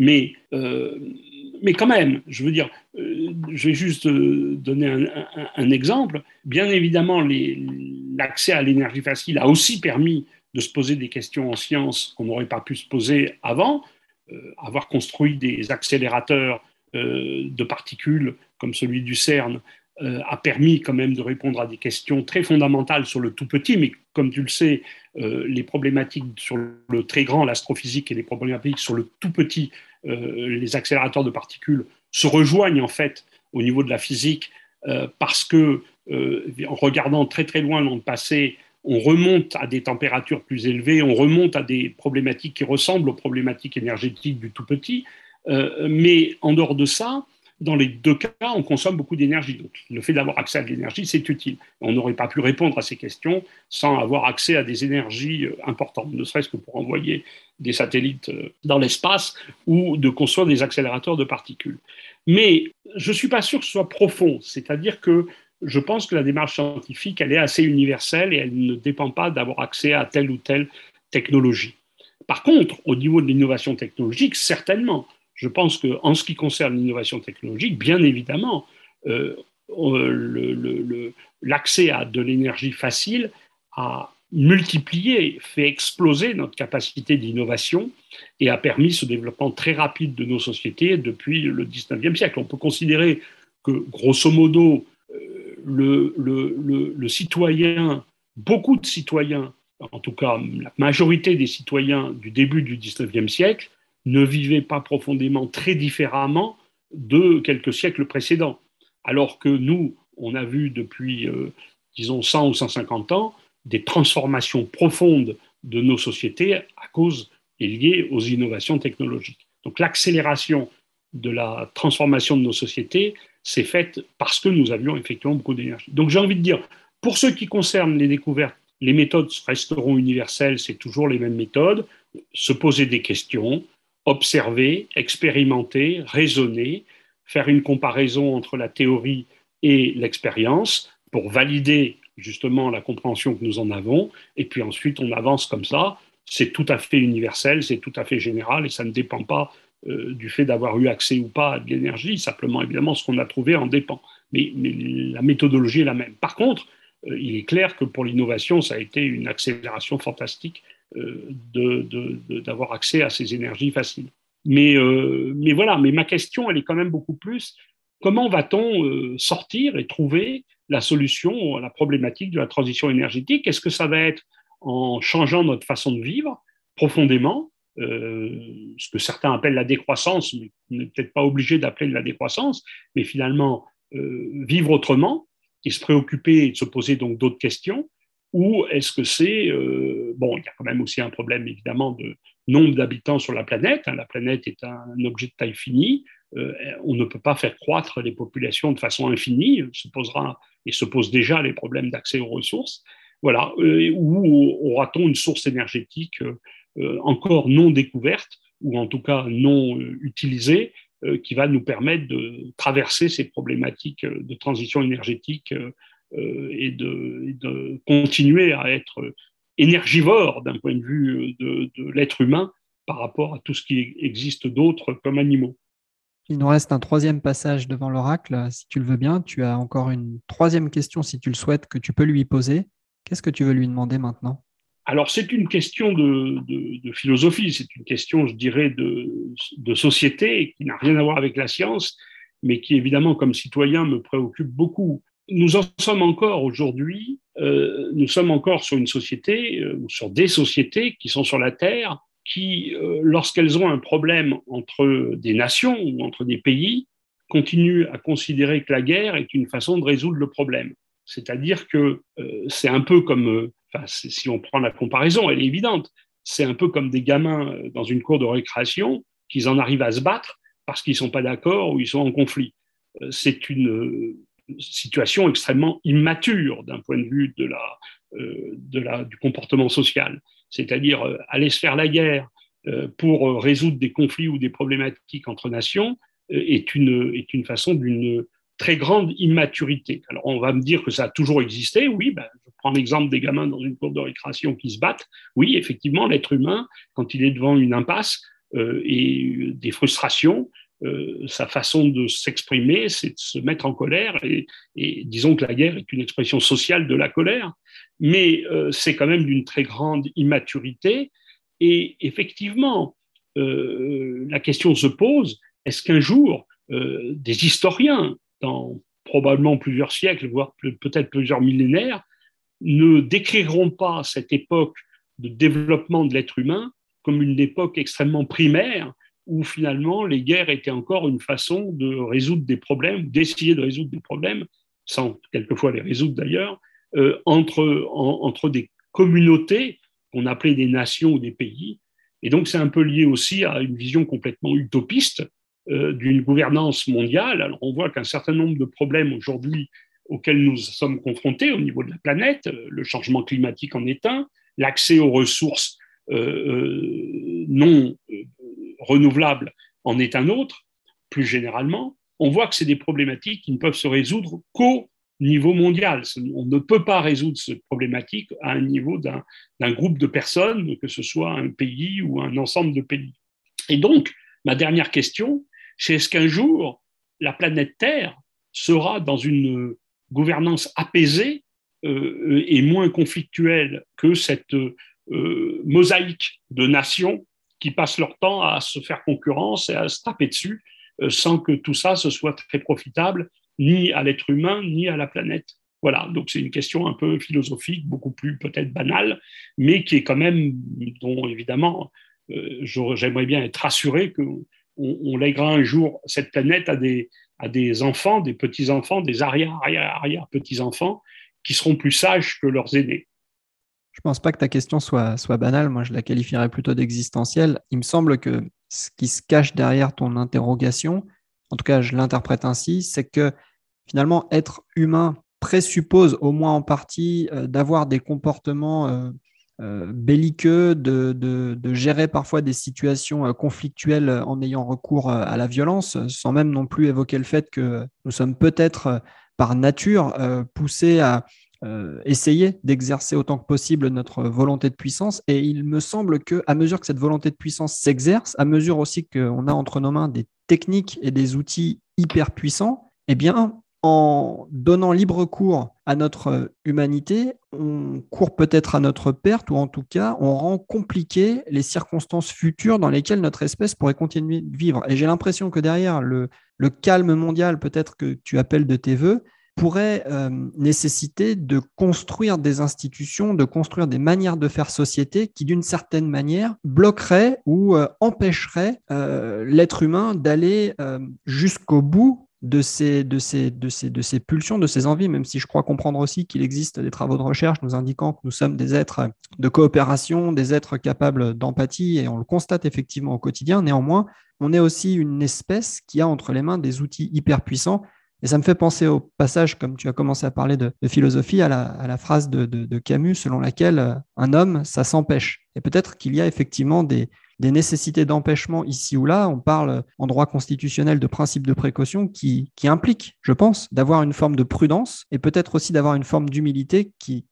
B: mais quand même, je veux dire, je vais juste donner un exemple. Bien évidemment, l'accès à l'énergie facile a aussi permis de se poser des questions en sciences qu'on n'aurait pas pu se poser avant. Avoir construit des accélérateurs de particules comme celui du CERN a permis quand même de répondre à des questions très fondamentales sur le tout petit, mais comme tu le sais, les problématiques sur le très grand, l'astrophysique, et les problématiques sur le tout petit, les accélérateurs de particules, se rejoignent en fait au niveau de la physique parce que, en regardant très très loin dans le passé, on remonte à des températures plus élevées, on remonte à des problématiques qui ressemblent aux problématiques énergétiques du tout petit, mais en dehors de ça, dans les deux cas, on consomme beaucoup d'énergie. Donc, le fait d'avoir accès à de l'énergie, c'est utile. On n'aurait pas pu répondre à ces questions sans avoir accès à des énergies importantes, ne serait-ce que pour envoyer des satellites dans l'espace ou de construire des accélérateurs de particules. Mais je ne suis pas sûr que ce soit profond. C'est-à-dire que je pense que la démarche scientifique, elle est assez universelle et elle ne dépend pas d'avoir accès à telle ou telle technologie. Par contre, au niveau de l'innovation technologique, certainement. Je pense qu'en ce qui concerne l'innovation technologique, bien évidemment, l'accès à de l'énergie facile a multiplié, fait exploser notre capacité d'innovation et a permis ce développement très rapide de nos sociétés depuis le 19e siècle. On peut considérer que, grosso modo, le citoyen, beaucoup de citoyens, en tout cas la majorité des citoyens du début du 19e siècle, ne vivaient pas profondément très différemment de quelques siècles précédents. Alors que nous, on a vu depuis, disons, 100 ou 150 ans, des transformations profondes de nos sociétés à cause et liées aux innovations technologiques. Donc l'accélération de la transformation de nos sociétés s'est faite parce que nous avions effectivement beaucoup d'énergie. Donc j'ai envie de dire, pour ce qui concerne les découvertes les méthodes resteront universelles, c'est toujours les mêmes méthodes, se poser des questions, observer, expérimenter, raisonner, faire une comparaison entre la théorie et l'expérience pour valider justement la compréhension que nous en avons, et puis ensuite on avance comme ça. C'est tout à fait universel, c'est tout à fait général, et ça ne dépend pas du fait d'avoir eu accès ou pas à de l'énergie, simplement évidemment ce qu'on a trouvé en dépend. Mais la méthodologie est la même. Par contre, il est clair que pour l'innovation, ça a été une accélération fantastique d'avoir accès à ces énergies faciles. Mais voilà, mais ma question, elle est quand même beaucoup plus, comment va-t-on sortir et trouver la solution à la problématique de la transition énergétique? Est-ce que ça va être en changeant notre façon de vivre profondément, ce que certains appellent la décroissance, mais on n'est peut-être pas obligé d'appeler de la décroissance, mais finalement vivre autrement et se préoccuper et de se poser donc d'autres questions, ou est-ce que c'est bon, il y a quand même aussi un problème évidemment de nombre d'habitants sur la planète. Hein, la planète est un objet de taille finie. On ne peut pas faire croître les populations de façon infinie. Se posera et se pose déjà les problèmes d'accès aux ressources. Voilà. Ou aura-t-on une source énergétique encore non découverte ou en tout cas non utilisée qui va nous permettre de traverser ces problématiques de transition énergétique et de continuer à être énergivore d'un point de vue de l'être humain par rapport à tout ce qui existe d'autre comme animaux.
A: Il nous reste un troisième passage devant l'oracle. Si tu le veux bien, tu as encore une troisième question, si tu le souhaites, que tu peux lui poser. Qu'est-ce que tu veux lui demander maintenant?
B: Alors, c'est une question de philosophie, c'est une question, je dirais, de société qui n'a rien à voir avec la science, mais qui, évidemment, comme citoyen, me préoccupe beaucoup. Nous en sommes encore aujourd'hui, nous sommes encore sur une société, ou sur des sociétés qui sont sur la Terre, qui, lorsqu'elles ont un problème entre des nations ou entre des pays, continuent à considérer que la guerre est une façon de résoudre le problème. C'est-à-dire que c'est un peu comme, si on prend la comparaison, elle est évidente, c'est un peu comme des gamins dans une cour de récréation, qu'ils en arrivent à se battre parce qu'ils ne sont pas d'accord ou ils sont en conflit. C'est une situation extrêmement immature d'un point de vue du comportement social. C'est-à-dire aller se faire la guerre pour résoudre des conflits ou des problématiques entre nations est une façon d'une très grande immaturité. Alors on va me dire que ça a toujours existé, oui, ben, je prends l'exemple des gamins dans une cour de récréation qui se battent, oui, effectivement, l'être humain, quand il est devant une impasse et des frustrations, sa façon de s'exprimer, c'est de se mettre en colère, et disons que la guerre est une expression sociale de la colère, mais c'est quand même d'une très grande immaturité, et effectivement, la question se pose, est-ce qu'un jour, des historiens, dans probablement plusieurs siècles, voire peut-être plusieurs millénaires, ne décriront pas cette époque de développement de l'être humain comme une époque extrêmement primaire, où finalement les guerres étaient encore une façon de résoudre des problèmes, d'essayer de résoudre des problèmes, sans quelquefois les résoudre d'ailleurs, entre des communautés qu'on appelait des nations ou des pays. Et donc c'est un peu lié aussi à une vision complètement utopiste d'une gouvernance mondiale. Alors on voit qu'un certain nombre de problèmes aujourd'hui auxquels nous sommes confrontés au niveau de la planète, le changement climatique en est un, l'accès aux ressources non renouvelables en est un autre, plus généralement. On voit que c'est des problématiques qui ne peuvent se résoudre qu'au niveau mondial. On ne peut pas résoudre cette problématique à un niveau d'un groupe de personnes, que ce soit un pays ou un ensemble de pays. Et donc, ma dernière question, c'est est-ce qu'un jour, la planète Terre sera dans une gouvernance apaisée et moins conflictuelle que cette mosaïque de nations qui passent leur temps à se faire concurrence et à se taper dessus sans que tout ça se soit très profitable ni à l'être humain ni à la planète. Voilà, donc c'est une question un peu philosophique, beaucoup plus peut-être banale, mais qui est quand même, dont évidemment, j'aimerais bien être rassuré qu'on lèguera un jour cette planète à des enfants, des petits-enfants, des arrière-petits-enfants qui seront plus sages que leurs aînés.
A: Je ne pense pas que ta question soit banale, moi je la qualifierais plutôt d'existentielle. Il me semble que ce qui se cache derrière ton interrogation, en tout cas je l'interprète ainsi, c'est que finalement être humain présuppose au moins en partie d'avoir des comportements belliqueux, de gérer parfois des situations conflictuelles en ayant recours à la violence, sans même non plus évoquer le fait que nous sommes peut-être par nature poussés à essayer d'exercer autant que possible notre volonté de puissance. Et il me semble qu'à mesure que cette volonté de puissance s'exerce, à mesure aussi qu'on a entre nos mains des techniques et des outils hyper puissants, eh bien, en donnant libre cours à notre humanité, on court peut-être à notre perte, ou en tout cas, on rend compliquées les circonstances futures dans lesquelles notre espèce pourrait continuer de vivre. Et j'ai l'impression que derrière le calme mondial, peut-être que tu appelles de tes voeux, pourrait nécessiter de construire des institutions, de construire des manières de faire société qui, d'une certaine manière, bloqueraient ou empêcheraient l'être humain d'aller jusqu'au bout de ces pulsions, de ces envies, même si je crois comprendre aussi qu'il existe des travaux de recherche nous indiquant que nous sommes des êtres de coopération, des êtres capables d'empathie, et on le constate effectivement au quotidien. Néanmoins, on est aussi une espèce qui a entre les mains des outils hyper puissants. Et ça me fait penser au passage, comme tu as commencé à parler de philosophie, à la phrase de Camus, selon laquelle un homme, ça s'empêche. Et peut-être qu'il y a effectivement des nécessités d'empêchement ici ou là. On parle en droit constitutionnel de principe de précaution qui implique, je pense, d'avoir une forme de prudence et peut-être aussi d'avoir une forme d'humilité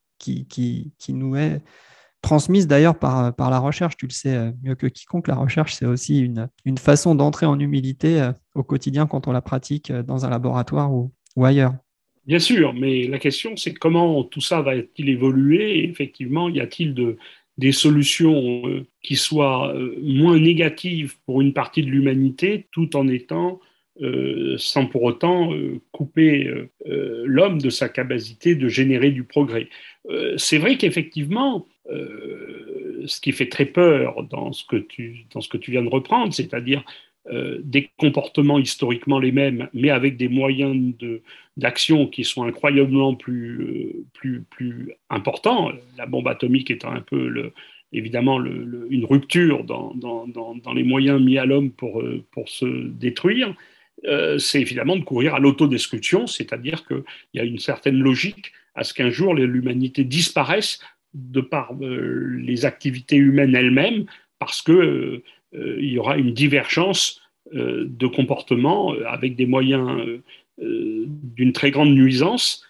A: qui nous est transmise d'ailleurs par la recherche. Tu le sais mieux que quiconque, la recherche, c'est aussi une façon d'entrer en humilité au quotidien quand on la pratique dans un laboratoire ou ailleurs.
B: Bien sûr, mais la question, c'est comment tout ça va-t-il évoluer? Et effectivement, y a-t-il des solutions qui soient moins négatives pour une partie de l'humanité, tout en étant sans pour autant couper l'homme de sa capacité de générer du progrès. C'est vrai qu'effectivement, ce qui fait très peur dans ce que tu viens de reprendre, c'est-à-dire des comportements historiquement les mêmes, mais avec des moyens d'action qui sont incroyablement plus importants, la bombe atomique étant un peu évidemment une rupture dans les moyens mis à l'homme pour se détruire, c'est évidemment de courir à l'autodestruction, c'est-à-dire qu'il y a une certaine logique à ce qu'un jour l'humanité disparaisse de par les activités humaines elles-mêmes, parce que il y aura une divergence de comportement avec des moyens d'une très grande nuisance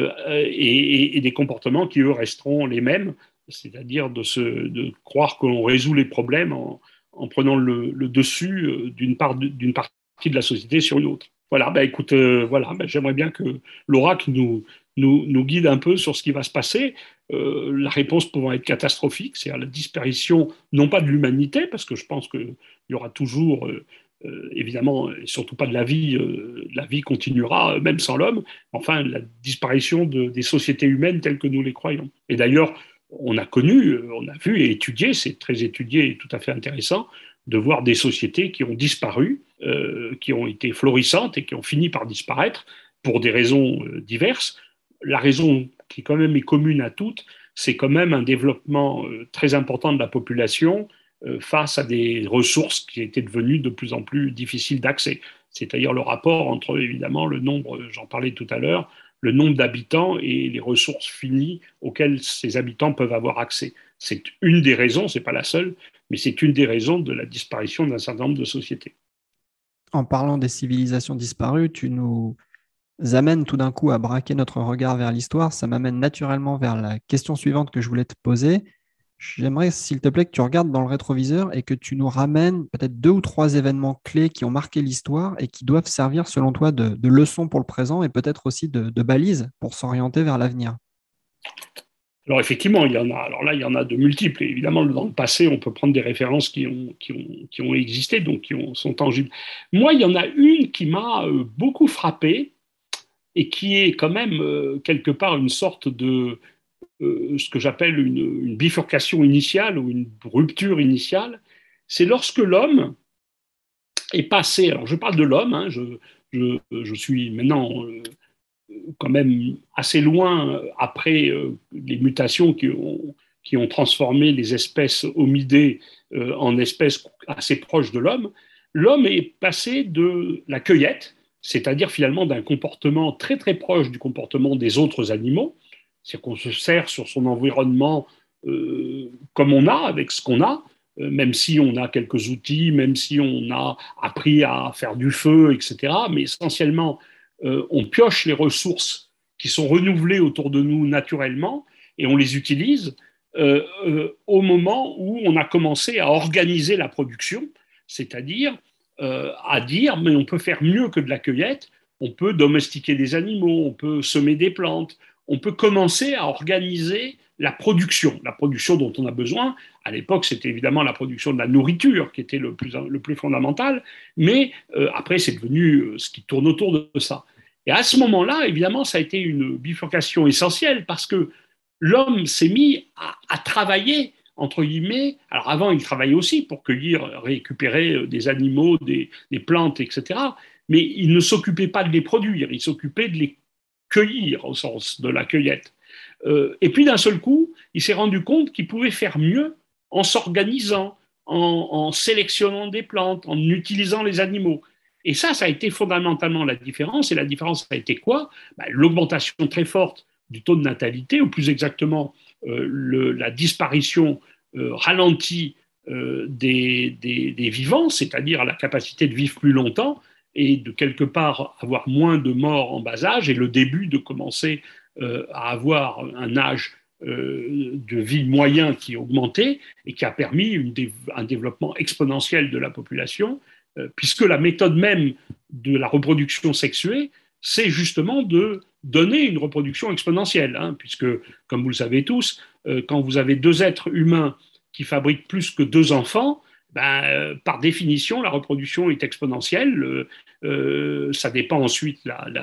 B: et des comportements qui, eux, resteront les mêmes, c'est-à-dire de croire qu'on résout les problèmes en prenant le dessus d'une partie de la société sur une autre. Voilà, bah, écoute, voilà, bah, j'aimerais bien que l'oracle nous guide un peu sur ce qui va se passer. La réponse pouvant être catastrophique, c'est à la disparition, non pas de l'humanité, parce que je pense qu'il y aura toujours, évidemment, surtout pas de la vie continuera, même sans l'homme, enfin, la disparition des sociétés humaines telles que nous les croyons. Et d'ailleurs, on a connu, on a vu et étudié, c'est très étudié et tout à fait intéressant, de voir des sociétés qui ont disparu, qui ont été florissantes et qui ont fini par disparaître pour des raisons diverses. La raison qui quand même est commune à toutes, c'est quand même un développement très important de la population face à des ressources qui étaient devenues de plus en plus difficiles d'accès. C'est-à-dire le rapport entre, évidemment, le nombre, j'en parlais tout à l'heure, le nombre d'habitants et les ressources finies auxquelles ces habitants peuvent avoir accès. C'est une des raisons, ce n'est pas la seule, mais c'est une des raisons de la disparition d'un certain nombre de sociétés.
A: En parlant des civilisations disparues, tu nous amènes tout d'un coup à braquer notre regard vers l'histoire. Ça m'amène naturellement vers la question suivante que je voulais te poser. J'aimerais, s'il te plaît, que tu regardes dans le rétroviseur et que tu nous ramènes peut-être 2 ou 3 événements clés qui ont marqué l'histoire et qui doivent servir, selon toi, de leçon pour le présent et peut-être aussi de balises pour s'orienter vers l'avenir.
B: Alors effectivement, il y en a. Alors là, il y en a de multiples. Et évidemment, dans le passé, on peut prendre des références qui ont existé, donc sont tangibles. Moi, il y en a une qui m'a beaucoup frappé et qui est quand même quelque part une sorte de ce que j'appelle une bifurcation initiale ou une rupture initiale. C'est lorsque l'homme est passé. Alors je parle de l'homme. Hein, je suis maintenant quand même assez loin après les mutations qui ont transformé les espèces homidées en espèces assez proches de l'homme. L'homme est passé de la cueillette, c'est-à-dire finalement d'un comportement très très proche du comportement des autres animaux, c'est-à-dire qu'on se sert sur son environnement comme on a, avec ce qu'on a, même si on a quelques outils, même si on a appris à faire du feu, etc. Mais essentiellement, on pioche les ressources qui sont renouvelées autour de nous naturellement et on les utilise au moment où on a commencé à organiser la production, c'est-à-dire à dire mais on peut faire mieux que de la cueillette, on peut domestiquer des animaux, on peut semer des plantes, on peut commencer à organiser la production dont on a besoin. À l'époque, c'était évidemment la production de la nourriture qui était le plus fondamental, mais après, c'est devenu ce qui tourne autour de ça. Et à ce moment-là, évidemment, ça a été une bifurcation essentielle parce que l'homme s'est mis à travailler, entre guillemets. Alors avant, il travaillait aussi pour cueillir, récupérer des animaux, des plantes, etc. Mais il ne s'occupait pas de les produire, il s'occupait de les cueillir au sens de la cueillette. Et puis d'un seul coup, il s'est rendu compte qu'il pouvait faire mieux en s'organisant, en sélectionnant des plantes, en utilisant les animaux. Et ça a été fondamentalement la différence. Et la différence a été quoi? L'augmentation très forte du taux de natalité, ou plus exactement la disparition ralentie des vivants, c'est-à-dire la capacité de vivre plus longtemps et de quelque part avoir moins de morts en bas âge et le début de commencer à avoir un âge de vie moyen qui augmentait et qui a permis un développement exponentiel de la population, puisque la méthode même de la reproduction sexuée, c'est justement de donner une reproduction exponentielle, hein, puisque, comme vous le savez tous, quand vous avez deux êtres humains qui fabriquent plus que deux enfants, par définition, la reproduction est exponentielle. Ça dépend ensuite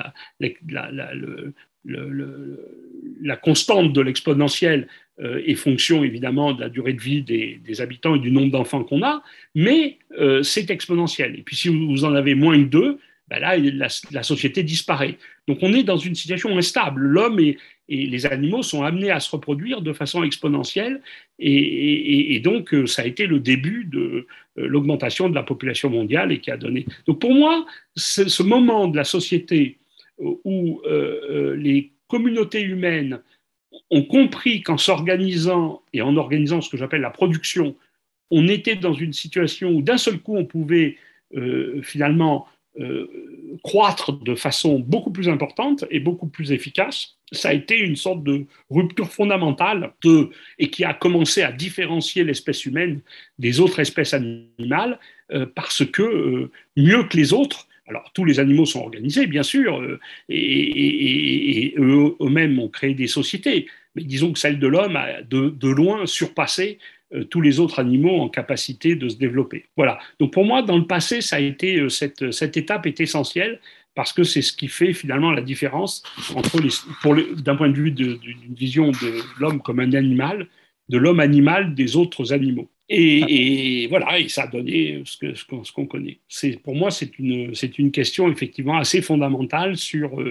B: la constante de l'exponentielle est fonction évidemment de la durée de vie des habitants et du nombre d'enfants qu'on a, mais c'est exponentiel. Et puis si vous en avez moins que deux, là, la société disparaît. Donc on est dans une situation instable. L'homme et les animaux sont amenés à se reproduire de façon exponentielle et donc ça a été le début de l'augmentation de la population mondiale et qui a donné. Donc pour moi, ce moment de la société où les communautés humaines ont compris qu'en s'organisant et en organisant ce que j'appelle la production, on était dans une situation où d'un seul coup on pouvait finalement croître de façon beaucoup plus importante et beaucoup plus efficace. Ça a été une sorte de rupture fondamentale et qui a commencé à différencier l'espèce humaine des autres espèces animales parce que mieux que les autres, alors, tous les animaux sont organisés, bien sûr, et eux-mêmes ont créé des sociétés. Mais disons que celle de l'homme a de loin surpassé tous les autres animaux en capacité de se développer. Voilà. Donc, pour moi, dans le passé, ça a été, cette étape est essentielle parce que c'est ce qui fait finalement la différence entre d'un point de vue d'une vision de l'homme comme un animal, de l'homme animal des autres animaux. Et voilà, et ça a donné ce qu'on connaît. Pour moi, c'est une question effectivement assez fondamentale sur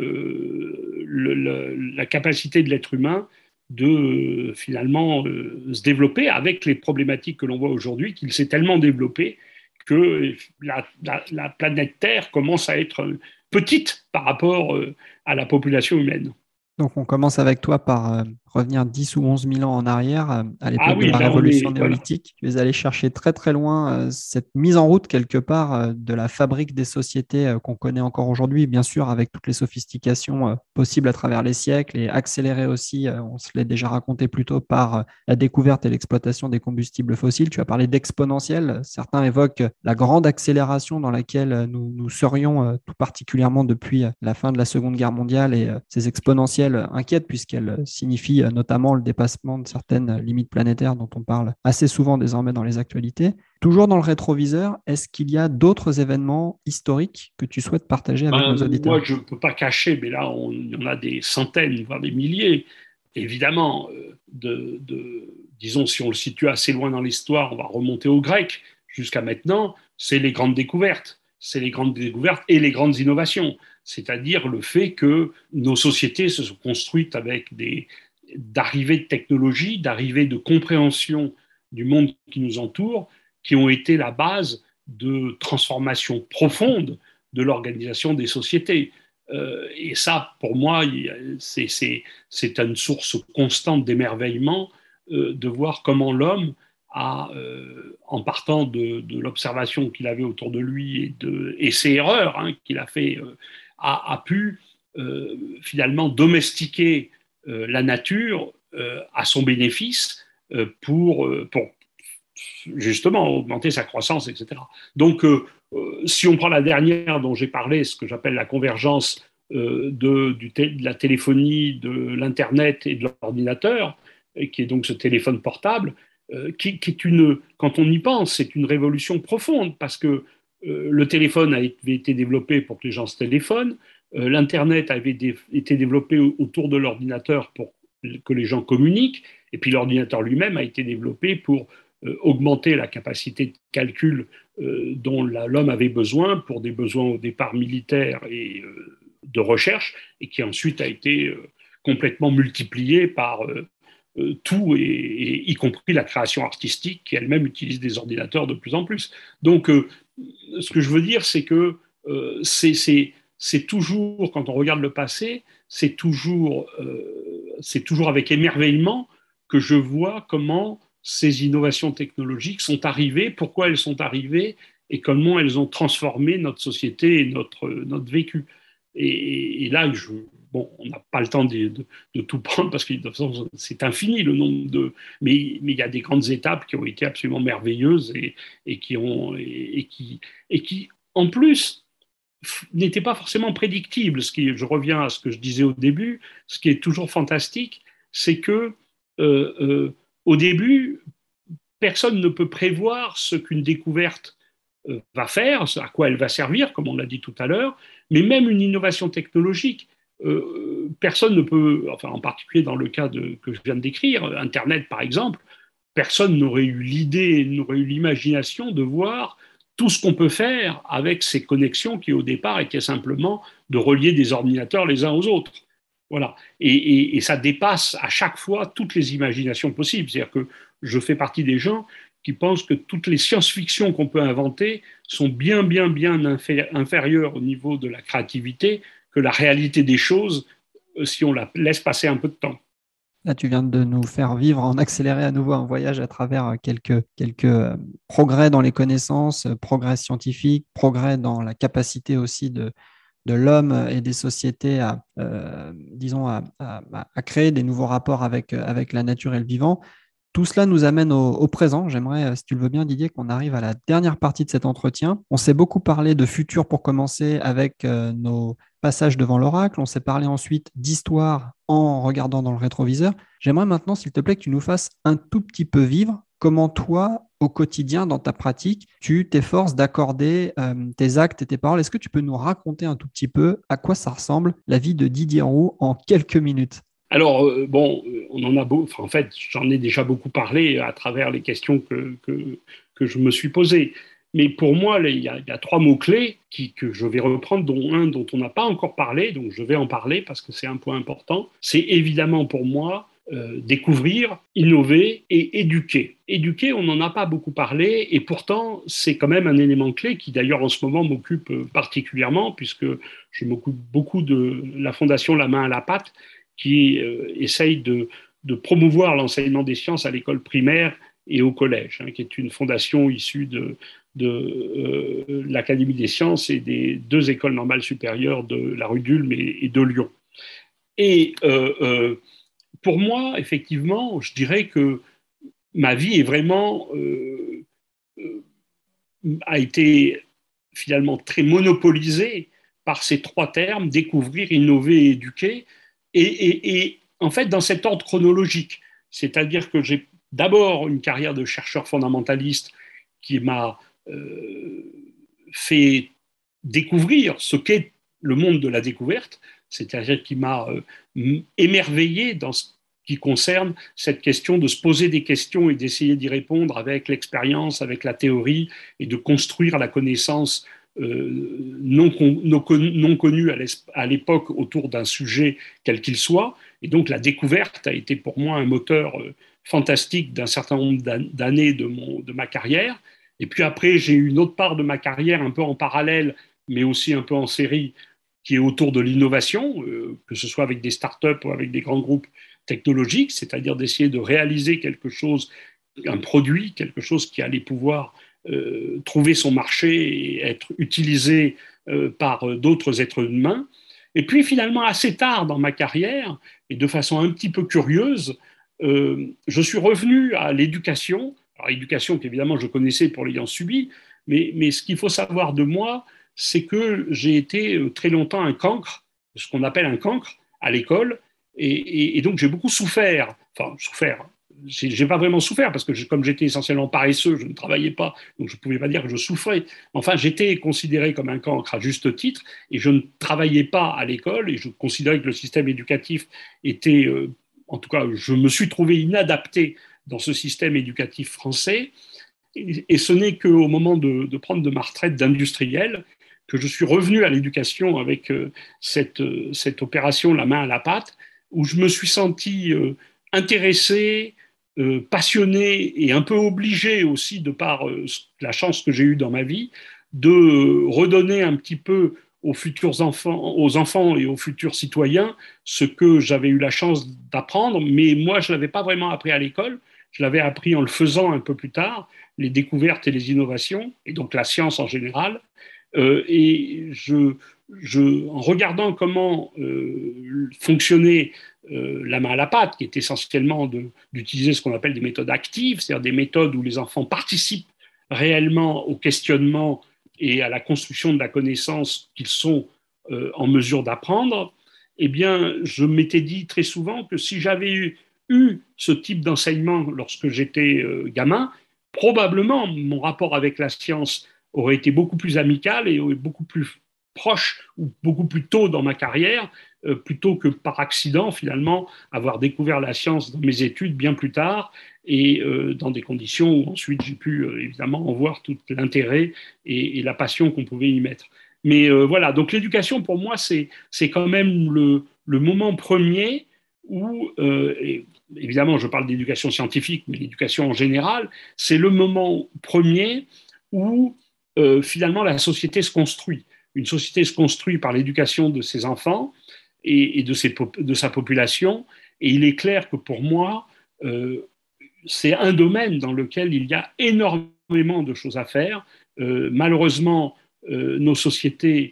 B: la capacité de l'être humain de finalement se développer avec les problématiques que l'on voit aujourd'hui, qu'il s'est tellement développé que la planète Terre commence à être petite par rapport à la population humaine.
A: Donc, on commence avec toi par revenir 10 ou 11 000 ans en arrière, à
B: Ah
A: l'époque de
B: oui,
A: la
B: là
A: révolution
B: voilà.
A: néolithique. Tu es allé chercher très très loin cette mise en route quelque part de la fabrique des sociétés qu'on connaît encore aujourd'hui, bien sûr, avec toutes les sophistications possibles à travers les siècles et accélérées aussi, on se l'est déjà raconté plus tôt, par la découverte et l'exploitation des combustibles fossiles. Tu as parlé d'exponentiel. Certains évoquent la grande accélération dans laquelle nous serions, tout particulièrement depuis la fin de la Seconde Guerre mondiale, et ces exponentielles inquiète puisqu'elle signifie notamment le dépassement de certaines limites planétaires dont on parle assez souvent désormais dans les actualités. Toujours dans le rétroviseur, est-ce qu'il y a d'autres événements historiques que tu souhaites partager avec nos auditeurs?
B: Moi, je ne peux pas cacher, mais là, il y en a des centaines, voire des milliers. Évidemment, disons, si on le situe assez loin dans l'histoire, on va remonter aux Grecs. Jusqu'à maintenant, c'est les grandes découvertes. C'est les grandes découvertes et les grandes innovations. C'est-à-dire le fait que nos sociétés se sont construites avec d'arrivées de technologies, d'arrivées de compréhension du monde qui nous entoure, qui ont été la base de transformations profondes de l'organisation des sociétés. Et ça, pour moi, c'est une source constante d'émerveillement de voir comment l'homme a, en partant de l'observation qu'il avait autour de lui et ses erreurs qu'il a fait, a pu finalement domestiquer la nature à son bénéfice pour justement augmenter sa croissance, etc. Donc, si on prend la dernière dont j'ai parlé, ce que j'appelle la convergence de la téléphonie, de l'Internet et de l'ordinateur, qui est donc ce téléphone portable, qui est quand on y pense, c'est une révolution profonde parce que le téléphone avait été développé pour que les gens se téléphonent, l'Internet avait été développé autour de l'ordinateur pour que les gens communiquent, et puis l'ordinateur lui-même a été développé pour augmenter la capacité de calcul dont l'homme avait besoin pour des besoins au départ militaires et de recherche, et qui ensuite a été complètement multiplié par tout, y compris la création artistique, qui elle-même utilise des ordinateurs de plus en plus. Donc, ce que je veux dire, c'est que c'est toujours, quand on regarde le passé, c'est toujours avec émerveillement que je vois comment ces innovations technologiques sont arrivées, pourquoi elles sont arrivées et comment elles ont transformé notre société et notre vécu. Et là, on n'a pas le temps de tout prendre parce que de toute façon, c'est infini le nombre de. Mais il y a des grandes étapes qui ont été absolument merveilleuses et qui, en plus, n'étaient pas forcément prédictibles. Je reviens à ce que je disais au début, ce qui est toujours fantastique, c'est que au début, personne ne peut prévoir ce qu'une découverte va faire, à quoi elle va servir, comme on l'a dit tout à l'heure, mais même une innovation technologique, personne ne peut, enfin en particulier dans le cas que je viens de décrire, Internet par exemple, personne n'aurait eu l'idée, n'aurait eu l'imagination de voir tout ce qu'on peut faire avec ces connexions qui au départ étaient simplement de relier des ordinateurs les uns aux autres. Voilà. Et ça dépasse à chaque fois toutes les imaginations possibles. C'est-à-dire que je fais partie des gens qui pensent que toutes les science-fiction qu'on peut inventer sont bien, bien, bien inférieures au niveau de la créativité que la réalité des choses si on la laisse passer un peu de temps.
A: Là, tu viens de nous faire vivre en accéléré à nouveau un voyage à travers quelques progrès dans les connaissances, progrès scientifiques, progrès dans la capacité aussi de l'homme et des sociétés disons, à créer des nouveaux rapports avec la nature et le vivant. Tout cela nous amène au présent. J'aimerais, si tu le veux bien, Didier, qu'on arrive à la dernière partie de cet entretien. On s'est beaucoup parlé de futur pour commencer avec nos passages devant l'oracle. On s'est parlé ensuite d'histoire en regardant dans le rétroviseur. J'aimerais maintenant, s'il te plaît, que tu nous fasses un tout petit peu vivre comment toi, au quotidien, dans ta pratique, tu t'efforces d'accorder tes actes et tes paroles. Est-ce que tu peux nous raconter un tout petit peu à quoi ça ressemble la vie de Didier Roux en quelques minutes?
B: Alors, on en a beaucoup, en fait, j'en ai déjà beaucoup parlé à travers les questions que je me suis posées. Mais pour moi, il y a trois mots-clés que je vais reprendre, dont un dont on n'a pas encore parlé, donc je vais en parler parce que c'est un point important. C'est évidemment pour moi découvrir, innover et éduquer. Éduquer, on n'en a pas beaucoup parlé, et pourtant, c'est quand même un élément clé qui, d'ailleurs, en ce moment, m'occupe particulièrement, puisque je m'occupe beaucoup de la Fondation La Main à la Pâte, qui essaye de promouvoir l'enseignement des sciences à l'école primaire et au collège, qui est une fondation issue de l'Académie des sciences et des deux écoles normales supérieures de la rue d'Ulm et de Lyon. Et pour moi, effectivement, je dirais que ma vie est vraiment a été finalement très monopolisée par ces trois termes, découvrir, innover et éduquer, et en fait dans cet ordre chronologique. C'est-à-dire que j'ai d'abord une carrière de chercheur fondamentaliste qui m'a fait découvrir ce qu'est le monde de la découverte, c'est-à-dire qui m'a émerveillé dans ce qui concerne cette question de se poser des questions et d'essayer d'y répondre avec l'expérience, avec la théorie, et de construire la connaissance non connue à l'époque autour d'un sujet quel qu'il soit. Et donc la découverte a été pour moi un moteur fantastique d'un certain nombre d'années de ma carrière. Et puis après, j'ai eu une autre part de ma carrière un peu en parallèle mais aussi un peu en série, qui est autour de l'innovation, que ce soit avec des startups ou avec des grands groupes technologiques, c'est-à-dire d'essayer de réaliser quelque chose, un produit, quelque chose qui allait pouvoir trouver son marché et être utilisé par d'autres êtres humains. Et puis finalement, assez tard dans ma carrière, et de façon un petit peu curieuse, je suis revenu à l'éducation. Alors l'éducation qu'évidemment je connaissais pour l'ayant subi, mais ce qu'il faut savoir de moi, c'est que j'ai été très longtemps un cancre, ce qu'on appelle un cancre à l'école, et donc j'ai beaucoup souffert, enfin souffert, j'ai pas vraiment souffert parce que comme j'étais essentiellement paresseux, je ne travaillais pas, donc je ne pouvais pas dire que je souffrais. Enfin, j'étais considéré comme un cancre à juste titre et je ne travaillais pas à l'école et je considérais que le système éducatif était, en tout cas, je me suis trouvé inadapté dans ce système éducatif français. Et ce n'est qu'au moment de prendre de ma retraite d'industriel que je suis revenu à l'éducation avec cette opération La main à la pâte, où je me suis senti intéressé, passionné et un peu obligé aussi, de par la chance que j'ai eue dans ma vie, de redonner un petit peu aux enfants et aux futurs citoyens ce que j'avais eu la chance d'apprendre, mais moi je ne l'avais pas vraiment appris à l'école, je l'avais appris en le faisant un peu plus tard, les découvertes et les innovations, et donc la science en général. En regardant comment fonctionnait la main à la pâte, qui est essentiellement d'utiliser ce qu'on appelle des méthodes actives, c'est-à-dire des méthodes où les enfants participent réellement au questionnement et à la construction de la connaissance qu'ils sont en mesure d'apprendre, eh bien, je m'étais dit très souvent que si j'avais eu ce type d'enseignement lorsque j'étais gamin, probablement mon rapport avec la science aurait été beaucoup plus amical et beaucoup plus proche ou beaucoup plus tôt dans ma carrière, plutôt que par accident, finalement, avoir découvert la science dans mes études bien plus tard et dans des conditions où ensuite j'ai pu évidemment en voir tout l'intérêt et la passion qu'on pouvait y mettre. Mais voilà, donc l'éducation pour moi, c'est quand même le moment premier où, évidemment, je parle d'éducation scientifique, mais l'éducation en général, c'est le moment premier où finalement la société se construit. Une société se construit par l'éducation de ses enfants et de sa population. Et il est clair que pour moi, c'est un domaine dans lequel il y a énormément de choses à faire. Malheureusement, nos sociétés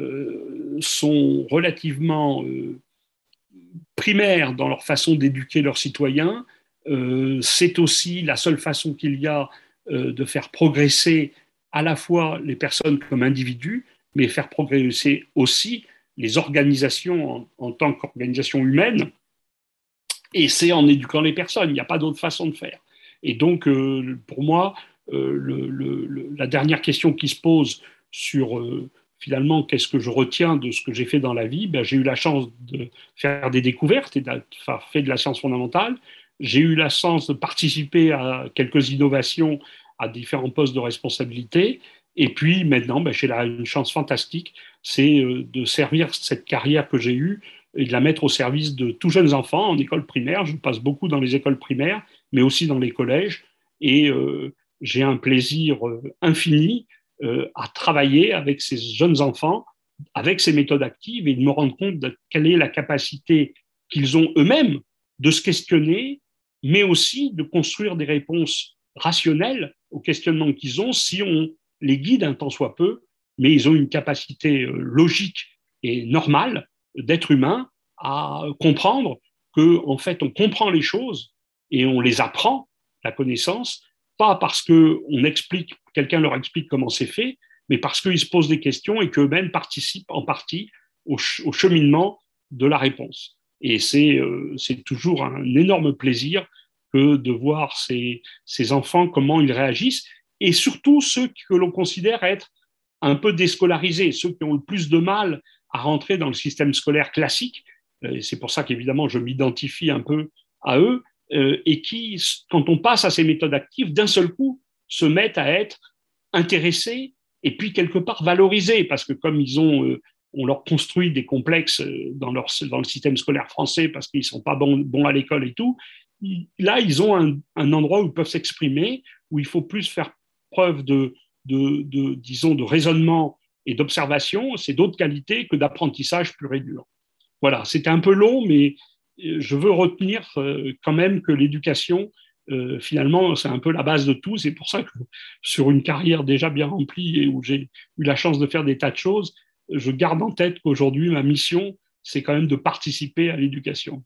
B: sont relativement primaires dans leur façon d'éduquer leurs citoyens. C'est aussi la seule façon qu'il y a de faire progresser à la fois les personnes comme individus, mais faire progresser aussi les organisations en tant qu'organisation humaine. Et c'est en éduquant les personnes. Il n'y a pas d'autre façon de faire. Et donc, pour moi, la dernière question qui se pose sur finalement qu'est-ce que je retiens de ce que j'ai fait dans la vie, ben, j'ai eu la chance de faire des découvertes et d'avoir fait de la science fondamentale. J'ai eu la chance de participer à quelques innovations à différents postes de responsabilité. Et puis maintenant, ben, j'ai une chance fantastique, c'est de servir cette carrière que j'ai eue et de la mettre au service de tout jeunes enfants en école primaire. Je passe beaucoup dans les écoles primaires, mais aussi dans les collèges. Et j'ai un plaisir infini à travailler avec ces jeunes enfants, avec ces méthodes actives et de me rendre compte de quelle est la capacité qu'ils ont eux-mêmes de se questionner, mais aussi de construire des réponses rationnelles aux questionnements qu'ils ont si on les guide un tant soit peu, mais ils ont une capacité logique et normale d'être humain à comprendre que en fait on comprend les choses et on les apprend, la connaissance, pas parce que quelqu'un leur explique comment c'est fait, mais parce qu'ils se posent des questions et qu'eux-mêmes participent en partie au cheminement de la réponse. Et c'est toujours un énorme plaisir que de voir ces enfants, comment ils réagissent, et surtout ceux que l'on considère être un peu déscolarisés, ceux qui ont le plus de mal à rentrer dans le système scolaire classique. C'est pour ça qu'évidemment, je m'identifie un peu à eux, et qui, quand on passe à ces méthodes actives, d'un seul coup, se mettent à être intéressés et puis quelque part valorisés, parce que comme on leur construit des complexes dans le système scolaire français parce qu'ils ne sont pas bons à l'école et tout, là, ils ont un endroit où ils peuvent s'exprimer, où il faut plus faire preuve disons, de raisonnement et d'observation, c'est d'autres qualités que d'apprentissage pur et dur. Voilà, c'était un peu long, mais je veux retenir quand même que l'éducation, finalement, c'est un peu la base de tout. C'est pour ça que sur une carrière déjà bien remplie et où j'ai eu la chance de faire des tas de choses, je garde en tête qu'aujourd'hui, ma mission, c'est quand même de participer à l'éducation.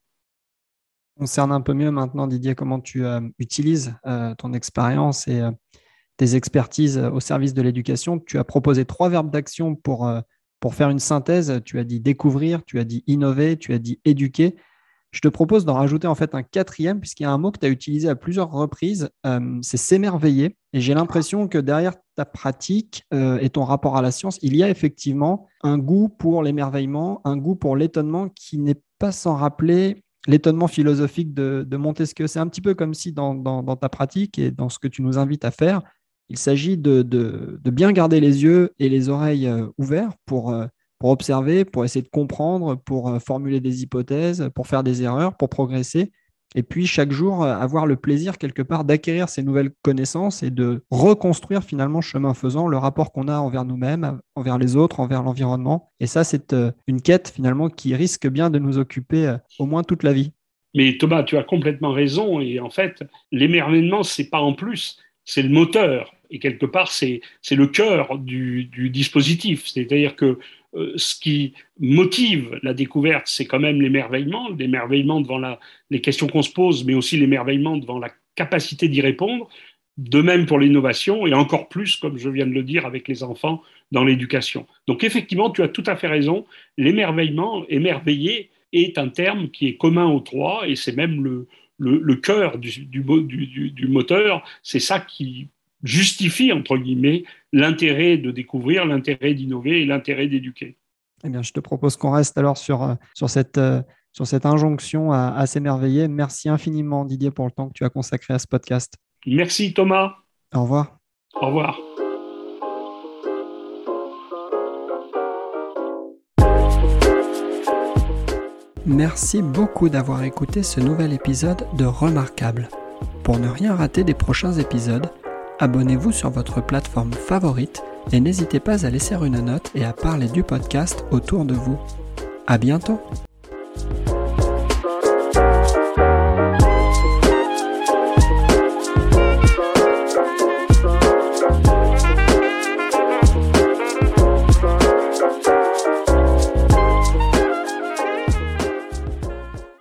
A: On cerne un peu mieux maintenant, Didier, comment tu utilises ton expérience et tes expertises au service de l'éducation. Tu as proposé 3 verbes d'action pour faire une synthèse. Tu as dit découvrir, tu as dit innover, tu as dit éduquer. Je te propose d'en rajouter en fait un 4e, puisqu'il y a un mot que tu as utilisé à plusieurs reprises, c'est s'émerveiller. Et j'ai l'impression que derrière ta pratique et ton rapport à la science, il y a effectivement un goût pour l'émerveillement, un goût pour l'étonnement qui n'est pas sans rappeler l'étonnement philosophique de Montesquieu. C'est un petit peu comme si dans ta pratique et dans ce que tu nous invites à faire, il s'agit de bien garder les yeux et les oreilles ouverts pour observer, pour essayer de comprendre, pour formuler des hypothèses, pour faire des erreurs, pour progresser. Et puis chaque jour, avoir le plaisir quelque part d'acquérir ces nouvelles connaissances et de reconstruire finalement, chemin faisant, le rapport qu'on a envers nous-mêmes, envers les autres, envers l'environnement. Et ça, c'est une quête finalement qui risque bien de nous occuper au moins toute la vie.
B: Mais Thomas, tu as complètement raison. Et en fait, l'émerveillement, c'est pas en plus, c'est le moteur. Et quelque part, c'est le cœur du dispositif. C'est-à-dire que ce qui motive la découverte, c'est quand même l'émerveillement devant les questions qu'on se pose, mais aussi l'émerveillement devant la capacité d'y répondre. De même pour l'innovation, et encore plus, comme je viens de le dire, avec les enfants dans l'éducation. Donc effectivement, tu as tout à fait raison. L'émerveillement, émerveiller, est un terme qui est commun aux 3, et c'est même le cœur du moteur. C'est ça qui justifie, entre guillemets, l'intérêt de découvrir, l'intérêt d'innover et l'intérêt d'éduquer.
A: Eh bien, je te propose qu'on reste alors sur cette injonction à s'émerveiller. Merci infiniment, Didier, pour le temps que tu as consacré à ce podcast.
B: Merci Thomas.
A: Au revoir.
B: Au revoir.
A: Merci beaucoup d'avoir écouté ce nouvel épisode de Remarquable. Pour ne rien rater des prochains épisodes, abonnez-vous sur votre plateforme favorite et n'hésitez pas à laisser une note et à parler du podcast autour de vous. À bientôt!